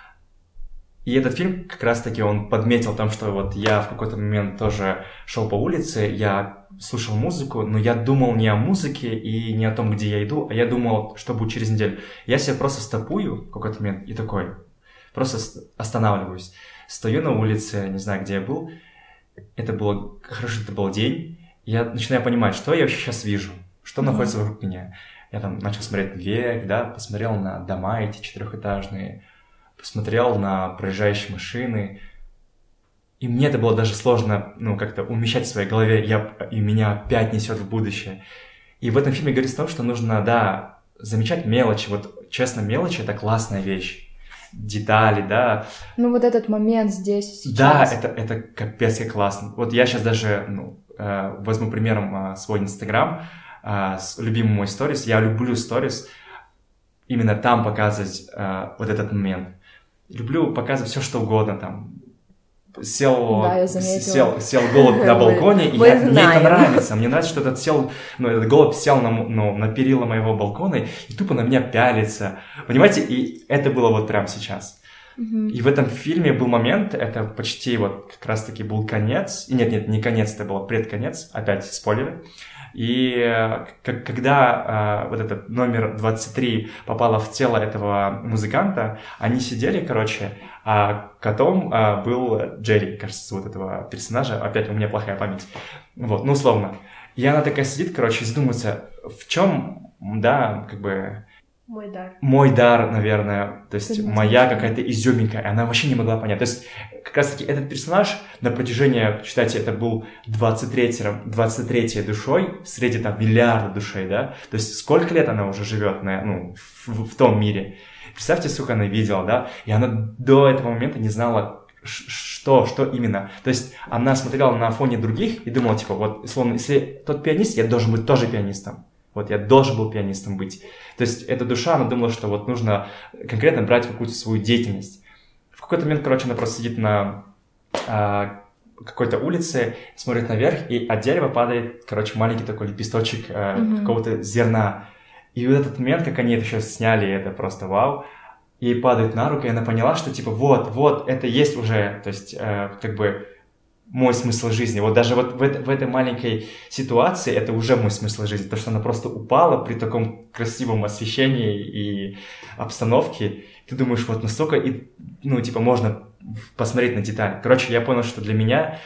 И этот фильм как раз-таки он подметил о том, что вот я в какой-то момент тоже шел по улице, я слушал музыку, но я думал не о музыке и не о том, где я иду, а я думал, что будет через неделю. Я себя просто стопую в какой-то момент и такой, просто останавливаюсь. Стою на улице, не знаю, где я был. Это было, хорошо, это был день. Я начинаю понимать, что я вообще сейчас вижу, что mm-hmm. находится вокруг меня. Я там начал смотреть вверх, да, посмотрел на дома эти четырехэтажные, посмотрел на проезжающие машины. И мне это было даже сложно, ну, как-то умещать в своей голове, я, и меня опять несет в будущее. И в этом фильме говорится о том, что нужно, да, замечать мелочи. Вот, честно, мелочи — это классная вещь. Детали, да. Ну, вот этот момент здесь, сейчас. Да, это, это капец как классно. Вот я сейчас даже, ну, э, возьму примером э, свой Инстаграм, э, любимый мой сторис. Я люблю сторис, именно там показывать э, вот этот момент. Люблю показывать все, что угодно, там. Сел, да, сел, сел голубь на балконе, и я, мне это нравится. Мне нравится, что этот сел, ну, этот голубь сел на, ну, на перила моего балкона и тупо на меня пялится. Понимаете, и это было вот прямо сейчас. Mm-hmm. И в этом фильме был момент, это почти вот как раз-таки был конец. Нет, нет, не конец, это был предконец, опять спойлеры. И как, когда э, вот этот номер двадцать три попало в тело этого музыканта, они сидели, короче, а котом э, был Джерри, кажется, зовут этого персонажа. Опять у меня плохая память. Вот, ну, условно. И она такая сидит, короче, и задумывается, в чем, да, как бы... Мой дар. Мой дар, наверное, то есть Конечно. моя какая-то изюминка, и она вообще не могла понять. То есть как раз-таки этот персонаж на протяжении, считайте, это был двадцать третьей душой среди там миллиарда душей, да? То есть сколько лет она уже живет на, ну, в, в том мире. Представьте, сколько она видела, да? И она до этого момента не знала, что, что именно. То есть она смотрела на фоне других и думала, типа, вот, словно, если тот пианист, я должен быть тоже пианистом. Вот я должен был пианистом быть. То есть эта душа, она думала, что вот нужно конкретно брать какую-то свою деятельность. В какой-то момент, короче, она просто сидит на а, какой-то улице, смотрит наверх, и от дерева падает, короче, маленький такой лепесточек а, mm-hmm. какого-то зерна. И в этот момент, как они это сейчас сняли, это просто вау. Ей падает на руку, и она поняла, что типа вот, вот, это есть уже, то есть а, как бы... мой смысл жизни. Вот даже вот в, это, в этой маленькой ситуации это уже мой смысл жизни, потому что она просто упала при таком красивом освещении и обстановке. Ты думаешь, вот настолько, и, ну, типа, можно посмотреть на детали. Короче, я понял, что для меня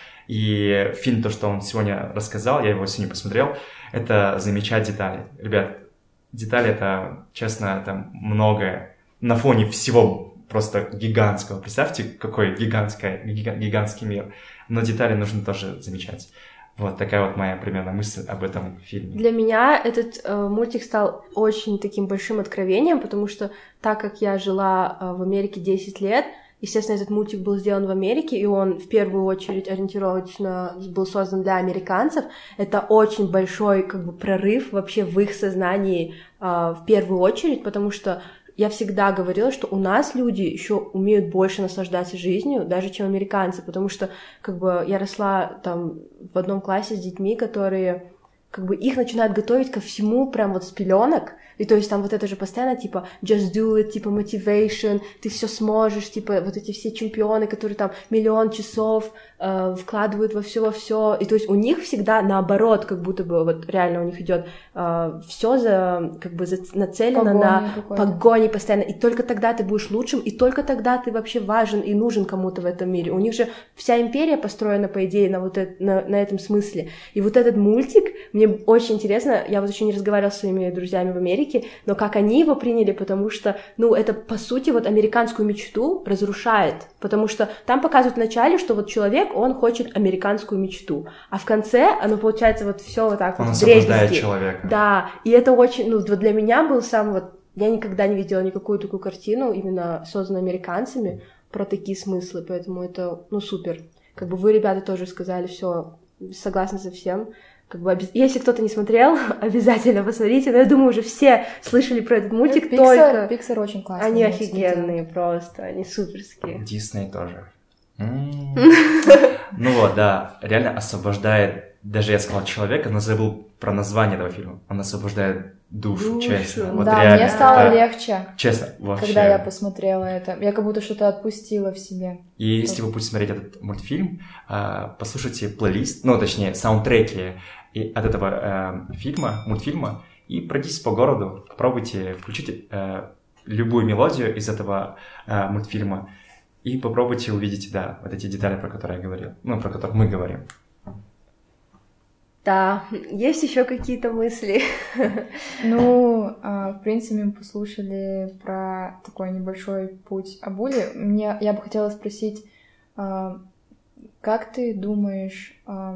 и фильм, то, что он сегодня рассказал, я его сегодня посмотрел, это замечать детали. Ребят, детали это, честно, это многое на фоне всего просто гигантского. Представьте, какой гигантский, гигантский мир. Но детали нужно тоже замечать. Вот такая вот моя примерно мысль об этом фильме. Для меня этот э, мультик стал очень таким большим откровением, потому что так как я жила э, в Америке десять лет, естественно, этот мультик был сделан в Америке, и он в первую очередь ориентировочно был создан для американцев. Это очень большой как бы прорыв вообще в их сознании э, в первую очередь, потому что я всегда говорила, что у нас люди еще умеют больше наслаждаться жизнью, даже чем американцы, потому что как бы я росла там в одном классе с детьми, которые как бы их начинают готовить ко всему прям вот с пеленок, и то есть там вот это же постоянно типа just do it, типа motivation, ты все сможешь, типа вот эти все чемпионы, которые там миллион часов э, вкладывают во все во все, и то есть у них всегда наоборот, как будто бы вот реально у них идет э, все за как бы за, нацелено погони на какой-то. Погони постоянно, и только тогда ты будешь лучшим, и только тогда ты вообще важен и нужен кому-то в этом мире. У них же вся империя построена по идее на вот это, на, на этом смысле, и вот этот мультик мне очень интересно, я вот еще не разговаривала с своими друзьями в Америке, но как они его приняли, потому что, ну, это, по сути, вот американскую мечту разрушает, потому что там показывают в начале, что вот человек, он хочет американскую мечту, а в конце оно, получается, вот все вот так он вот освобождает человека. Да, и это очень, ну, для меня был сам вот, я никогда не видела никакую такую картину, именно созданную американцами, про такие смыслы, поэтому это, ну, супер. Как бы вы, ребята, тоже сказали, все, согласна со всем. Как бы, если кто-то не смотрел, обязательно посмотрите. Но я думаю, уже все слышали про этот мультик. Pixar, только... Pixar очень классный. Они офигенные просто, они суперские. Дисней тоже. Ну вот, да, реально освобождает, даже я сказал человека, но забыл про название этого фильма. Он освобождает душу, душу. честно. Вот да, реально, мне стало это... легче, честно, вообще. Когда я посмотрела это. Я как будто что-то отпустила в себе. И если вы будете смотреть этот мультфильм, послушайте плейлист, ну, точнее, саундтреки и от этого э, фильма, мультфильма, и пройдитесь по городу, попробуйте, включите э, любую мелодию из этого э, мультфильма и попробуйте увидеть, да, вот эти детали, про которые я говорил, ну, про которые мы говорим. Да, есть еще какие-то мысли? Ну, в принципе, мы послушали про такой небольшой путь Абули. Мне, я бы хотела спросить, как ты думаешь,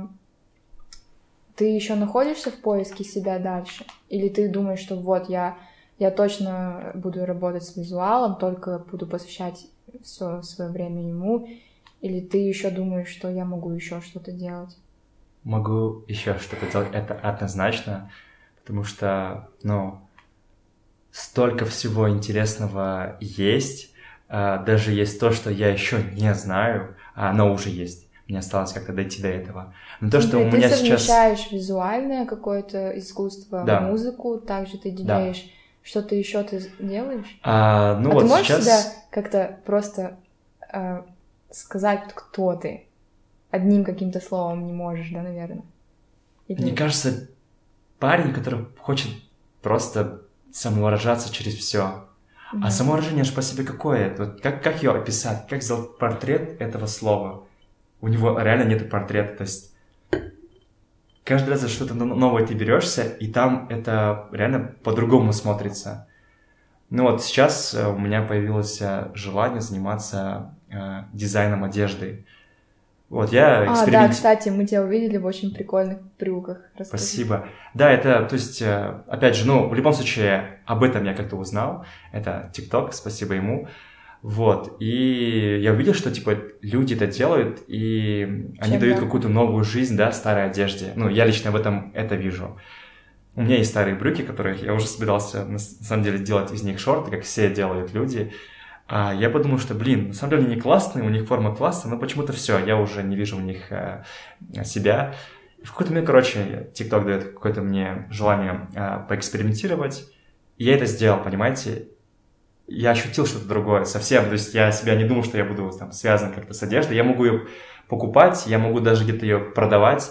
ты еще находишься в поиске себя дальше? Или ты думаешь, что вот я, я точно буду работать с визуалом, только буду посвящать все свое время ему? Или ты еще думаешь, что я могу еще что-то делать? Могу еще что-то делать, это однозначно, потому что, ну, столько всего интересного есть, даже есть то, что я еще не знаю, а оно уже есть. Мне осталось как-то дойти до этого. Но то, что ты, у меня ты сейчас... совмещаешь визуальное какое-то искусство, да. музыку, также ты делаешь... Да. Что-то еще ты делаешь? А, ну а вот ты можешь сейчас... себя как-то просто э, сказать, вот, кто ты. Одним каким-то словом не можешь, да, наверное? Или... Мне кажется, парень, который хочет просто самовыражаться через все. Mm-hmm. А самовыражение же по себе какое? Вот как, как ее описать? Как сделать портрет этого слова? У него реально нет портрета. То есть каждый раз за что-то новое ты берешься, и там это реально по-другому смотрится. Ну вот сейчас у меня появилось желание заниматься э, дизайном одежды. Вот я эксперимент... А, да, кстати, мы тебя увидели в очень прикольных брюках. Расскажи. Спасибо. Да, это, то есть, опять же, ну, в любом случае, об этом я как-то узнал. Это TikTok, спасибо ему. Вот, и я увидел, что, типа, люди это делают, и они Чем дают да? какую-то новую жизнь, да, старой одежде. Ну, я лично в этом это вижу. У меня есть старые брюки, которые я уже собирался, на самом деле, делать из них шорты, как все делают люди. А я подумал, что, блин, на самом деле они не классные, у них форма классная, но почему-то все, я уже не вижу в них э, себя. И в какой-то момент, короче, TikTok дает какое-то мне желание э, поэкспериментировать, и я это сделал, понимаете? Я ощутил что-то другое совсем, то есть я себя не думал, что я буду там связан как-то с одеждой, я могу ее покупать, я могу даже где-то ее продавать,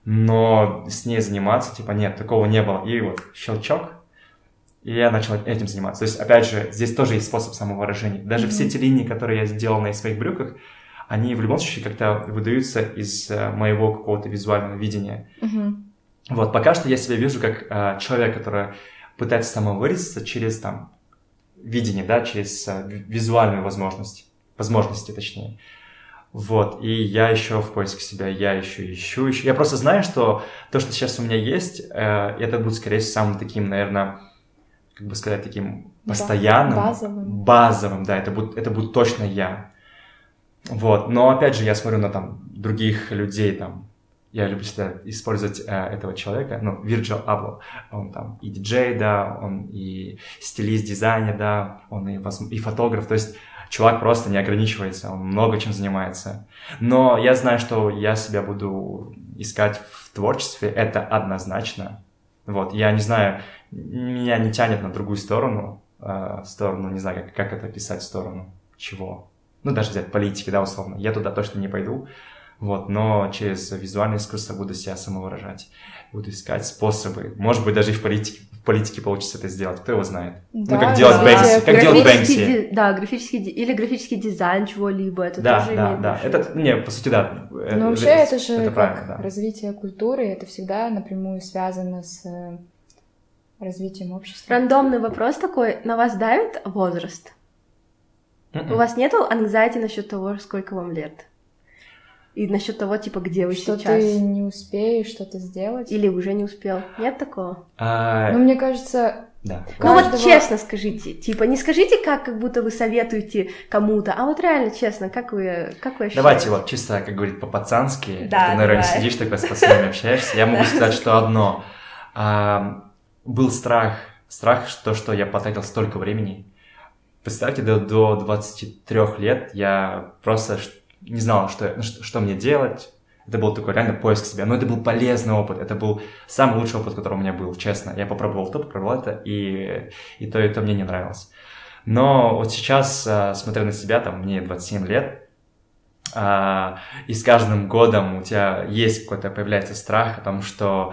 но с ней заниматься, типа, нет, такого не было. И вот щелчок, и я начал этим заниматься. То есть, опять же, здесь тоже есть способ самовыражения. Даже mm-hmm. все те линии, которые я сделал на своих брюках, они в любом случае как-то выдаются из моего какого-то визуального видения. Mm-hmm. Вот, пока что я себя вижу как а, человек, который пытается самовыразиться через там видение, да, через а, визуальную возможность, возможности, точнее. Вот, и я еще в поиске себя, я еще ищу, ищу. Я просто знаю, что то, что сейчас у меня есть, э, это будет, скорее всего, самым таким, наверное, как бы сказать, таким постоянным, базовым, базовым, да, это будет, это будет точно я. Вот, но опять же, я смотрю на там других людей, там, я люблю всегда использовать э, этого человека, ну, Virgil Abloh, он там и диджей, да, он и стилист, дизайнер, да, он и, и фотограф, то есть чувак просто не ограничивается, он много чем занимается. Но я знаю, что я себя буду искать в творчестве, это однозначно. Вот, я не знаю, меня не тянет на другую сторону, э, сторону, не знаю, как, как это описать, сторону чего. Ну, даже взять политики, да, условно. Я туда точно не пойду, вот, но через визуальное искусство буду себя самовыражать, буду искать способы. Может быть, даже и в политике, в политике получится это сделать, кто его знает. Да, ну, как делать да. Бэнкси, как делать Бэнкси. Ди- да, графический ди- или графический дизайн чего-либо, это да, тоже да, имеет да, большое. это, не, по сути, да. Но вообще это же это как да. развитие культуры, это всегда напрямую связано с развитием общества. Рандомный вопрос такой, на вас давит возраст? Mm-mm. У вас нету anxiety насчет того, сколько вам лет? И насчет того, типа, где вы что сейчас? Что ты не успеешь что-то сделать? Или уже не успел? Нет такого? А... Ну, мне кажется... Да. Ну каждого... вот честно скажите, типа, не скажите, как, как будто вы советуете кому-то, а вот реально честно, как вы, как вы ощущаете? Давайте вот чисто, как говорить, по-пацански. Да, ты, наверное, давай. сидишь такой с пацанами общаешься. Я могу сказать, что одно. А, был страх, страх, то, что я потратил столько времени. Представьте, до, до двадцати трёх лет я просто не знал, что, что мне делать. Это был такой реально поиск себя. Но это был полезный опыт. Это был самый лучший опыт, который у меня был, честно. Я попробовал то, попробовал это, и, и то, и то мне не нравилось. Но вот сейчас, смотря на себя, там, мне двадцать семь лет, и с каждым годом у тебя есть какой-то, появляется страх о том, что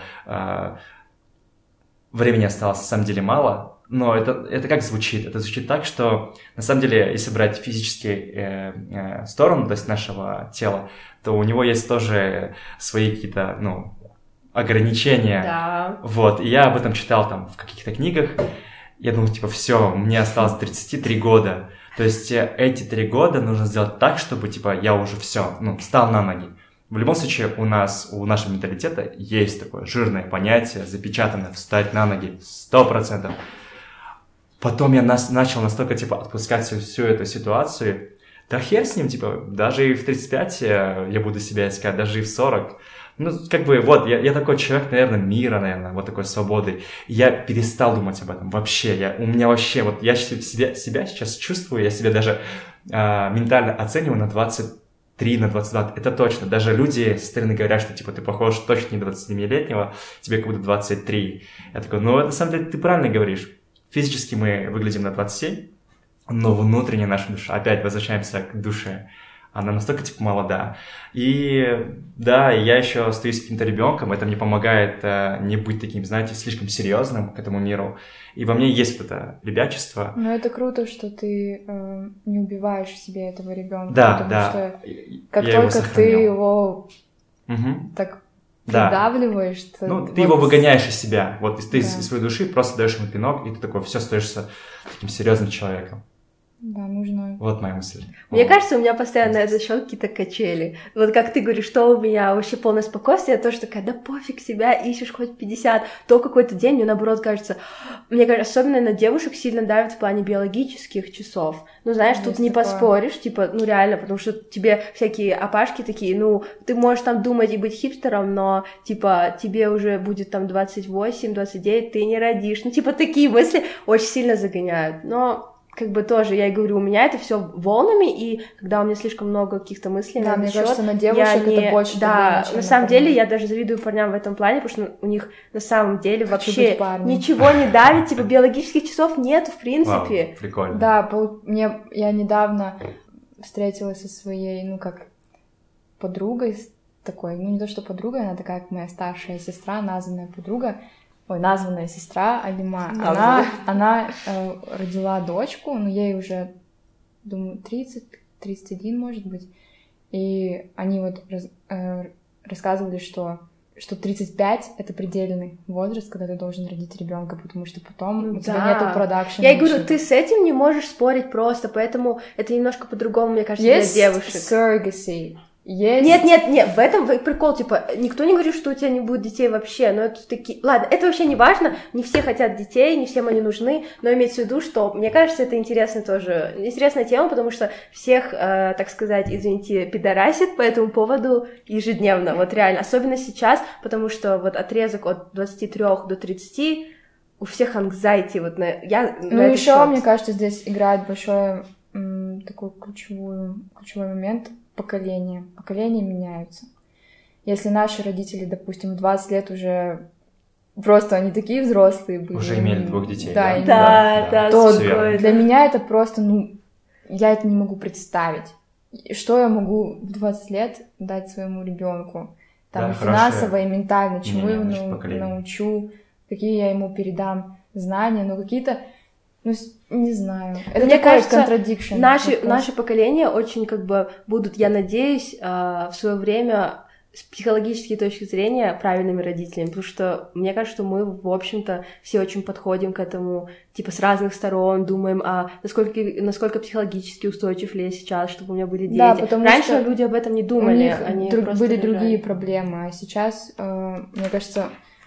времени осталось на самом деле мало. Но это, это как звучит? Это звучит так, что на самом деле, если брать физическую э, э, сторону, то есть нашего тела, то у него есть тоже свои какие-то, ну, ограничения. Да. Вот, и я об этом читал там в каких-то книгах. Я думал, типа, все, мне осталось тридцать три года. То есть эти три года нужно сделать так, чтобы, типа, я уже все, ну, встал на ноги. В любом случае, у нас, у нашего менталитета есть такое жирное понятие, запечатанное, встать на ноги, сто процентов. Потом я нас, начал настолько, типа, отпускать всю, всю эту ситуацию. Да хер с ним, типа, даже и в тридцать пять я буду себя искать, даже и в сорок. Ну, как бы, вот, я, я такой человек, наверное, мира, наверное, вот такой свободы. Я перестал думать об этом вообще. Я, у меня вообще, вот, я себя, себя сейчас чувствую, я себя даже а, ментально оцениваю на двадцать три, на двадцать два. Это точно. Даже люди со стороны говорят, что, типа, ты похож точно не двадцатисемилетнего, тебе как будто двадцать три. Я такой, ну, на самом деле, ты правильно говоришь. Физически мы выглядим на двадцать семь, но внутренняя наша душа, опять возвращаемся к душе, она настолько, типа, молода. И да, я еще остаюсь каким-то ребенком, это мне помогает э, не быть таким, знаете, слишком серьезным к этому миру. И во мне есть вот это ребячество. Но это круто, что ты э, не убиваешь в себе этого ребенка. Да, потому да. что как я только его ты его угу. так да. придавливаешь, то ну, вот... ты его выгоняешь из себя. Вот из, ты да. из своей души просто даешь ему пинок, и ты такой, все, остаешься таким серьезным человеком. Да, нужно... Вот моя мысль. Мне вот. кажется, у меня постоянно на этот счет какие-то качели. Вот как ты говоришь, что у меня вообще полное спокойствие, я тоже такая, да пофиг, себя ищешь хоть пятьдесят, то какой-то день, мне наоборот кажется, мне кажется, особенно на девушек сильно давит в плане биологических часов. Ну, знаешь, Есть тут не такое. поспоришь, типа, ну реально, потому что тебе всякие опашки такие, ну, ты можешь там думать и быть хипстером, но, типа, тебе уже будет там двадцать восемь, двадцать девять, ты не родишь. Ну, типа, такие мысли очень сильно загоняют, но... Как бы тоже, я и говорю, у меня это все волнами, и когда у меня слишком много каких-то мыслей Да, на мне счет, кажется, на девушек не... это больше Да, давление, чем на на самом парней. деле я даже завидую парням в этом плане, потому что у них на самом деле Хочу вообще быть парнем. ничего не давит, типа биологических часов нет, в принципе. Вау, прикольно. Да, пол- мне я недавно встретилась со своей, ну, как подругой с такой, ну, не то что подругой, она такая, как моя старшая сестра, названная подруга, ой, названная сестра Алима. Она, Названная. она э, родила дочку, ну, ей уже, думаю, тридцать, тридцать один, может быть, и они вот раз- э, рассказывали, что что тридцать пять — это предельный возраст, когда ты должен родить ребенка, потому что потом Ну у тебя да. нету продакшена. Я и говорю, ты с этим не можешь спорить просто, поэтому это немножко по-другому, мне кажется, есть для девушек. surrogacy, есть... Нет, нет, нет, в этом прикол, типа, никто не говорит, что у тебя не будет детей вообще, но это такие... Ладно, это вообще не важно, не все хотят детей, не всем они нужны, но имеется в виду, что, мне кажется, это интересно тоже, интересная тема, потому что всех, э, так сказать, извините, пидорасит по этому поводу ежедневно, вот реально, особенно сейчас, потому что вот отрезок от двадцати трёх до тридцати у всех anxiety, вот на... Я, Ну, на этот еще, счёт. мне кажется, здесь играет большой м, такой ключевой, ключевой момент — поколение. Поколения меняются. Если наши родители, допустим, в двадцать лет уже просто они такие взрослые были. Уже имели двух детей, Да, да? именно. Да, да, То всё верно. для меня это просто, ну, я это не могу представить. И что я могу в двадцать лет дать своему ребенку? Там Да, и финансово, хорошее и ментально, чему я мнение его насчет нау- поколения. научу, какие я ему передам знания, ну, какие-то, ну, с- не знаю. Это Мне такой кажется, contradiction. Наши, вопрос. наши поколения очень как бы будут, я надеюсь, а, в свое время с психологической точки зрения правильными родителями, потому что мне кажется, что мы, в общем-то, все очень подходим к этому, типа, с разных сторон, думаем, а насколько, насколько психологически устойчив ли я сейчас, чтобы у меня были дети. Да, потому Раньше что люди об этом не У думали, них они друг- просто были рожали. другие проблемы, а сейчас, э, мне кажется,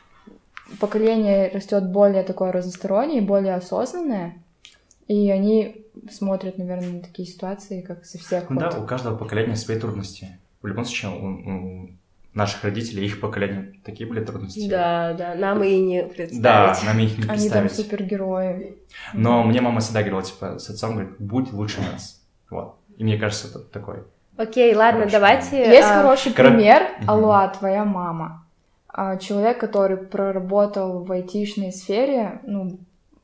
поколение растет более такое разностороннее, более осознанное, и они смотрят, наверное, на такие ситуации, как со всех. Ну вот. да, у каждого поколения свои трудности. В любом случае, у, у наших родителей, их поколения такие были трудности. Да, да, нам и не Да, представить. нам их не Они там представить. супергерои. Но мне мама всегда говорила, типа, с отцом, говорит, будь лучше нас. Вот. И мне кажется, это такой. Окей, ладно, Хороший давайте... Есть а, хороший Кор- пример, Мгм. Алуа, твоя мама. А, Человек, который проработал в айтишной сфере, ну,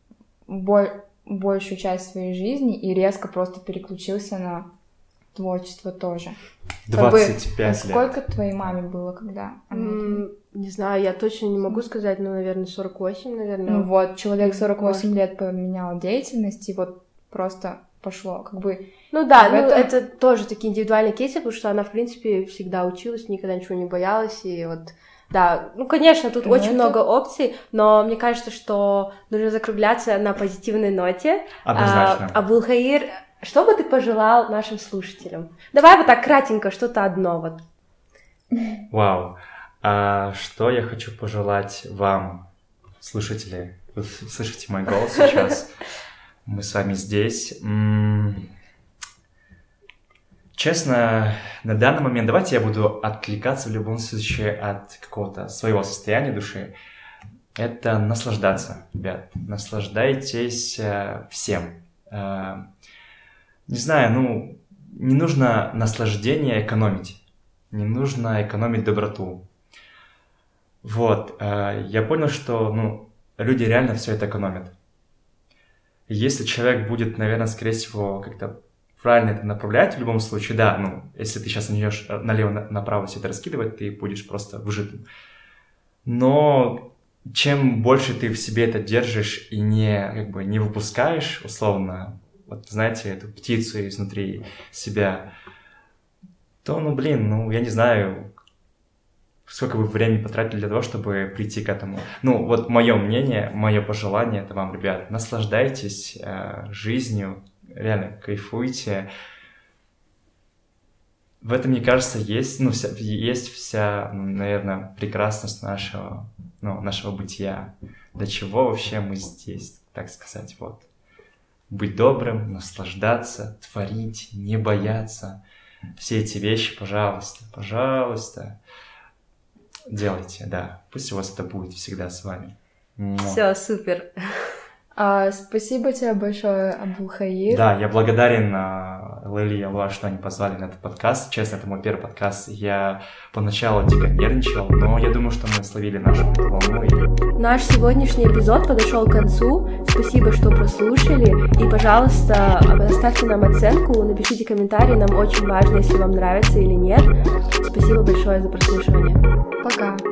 бо- большую часть своей жизни и резко просто переключился на творчество тоже. Как бы, двадцать пять лет. Сколько твоей маме было, когда она... м, Не знаю, я точно не могу сказать, но, наверное, сорок восемь, наверное. Ну вот, человек сорок восемь Может. лет поменял деятельность, и вот просто пошло, как бы... Ну да, В ну этом- это тоже такие индивидуальные кейсы, потому что она, в принципе, всегда училась, никогда ничего не боялась, и вот, да, ну, конечно, тут Ну, очень это- много опций, но мне кажется, что нужно закругляться на позитивной ноте. Однозначно. А, Абулхаир, что бы ты пожелал нашим слушателям? Давай вот так кратенько, что-то одно вот. Вау. А что я хочу пожелать вам, слушатели? Вы слышите мой голос сейчас? Мы с вами здесь. М, Честно, на данный момент давайте я буду отвлекаться в любом случае от какого-то своего состояния души. Это наслаждаться, ребят. Наслаждайтесь э, всем. Э, не знаю, ну, не нужно наслаждение экономить. Не нужно экономить доброту. Вот. э, я понял, что, ну, люди реально все это экономят. Если человек будет, наверное, скорее всего, как-то правильно это направлять, в любом случае, да, ну, если ты сейчас начнешь налево-направо все это раскидывать, ты будешь просто выжатым. Но чем больше ты в себе это держишь и не, как бы, не выпускаешь, условно, вот, знаете, эту птицу изнутри себя, то, ну, блин, ну, я не знаю, сколько вы времени потратили для того, чтобы прийти к этому. Ну, вот мое мнение, мое пожелание, это вам, ребят, наслаждайтесь э, жизнью, реально кайфуйте. В этом, мне кажется, есть, ну, вся, есть вся, наверное, прекрасность нашего, ну, нашего бытия. Для чего вообще мы здесь, так сказать, вот. Быть добрым, наслаждаться, творить, не бояться. Все эти вещи, пожалуйста, пожалуйста, делайте, да. Пусть у вас это будет всегда с вами. Все, супер. А, спасибо тебе большое, Абулхаир. Да, я благодарен Лейли и Алуа, что они позвали на этот подкаст. Честно, это мой первый подкаст. Я поначалу дико нервничал, но я думаю, что мы словили нашу волну. И... Наш сегодняшний эпизод подошел к концу. Спасибо, что прослушали. И, пожалуйста, оставьте нам оценку, напишите комментарий. Нам очень важно, если вам нравится или нет. Спасибо большое за прослушивание. Пока.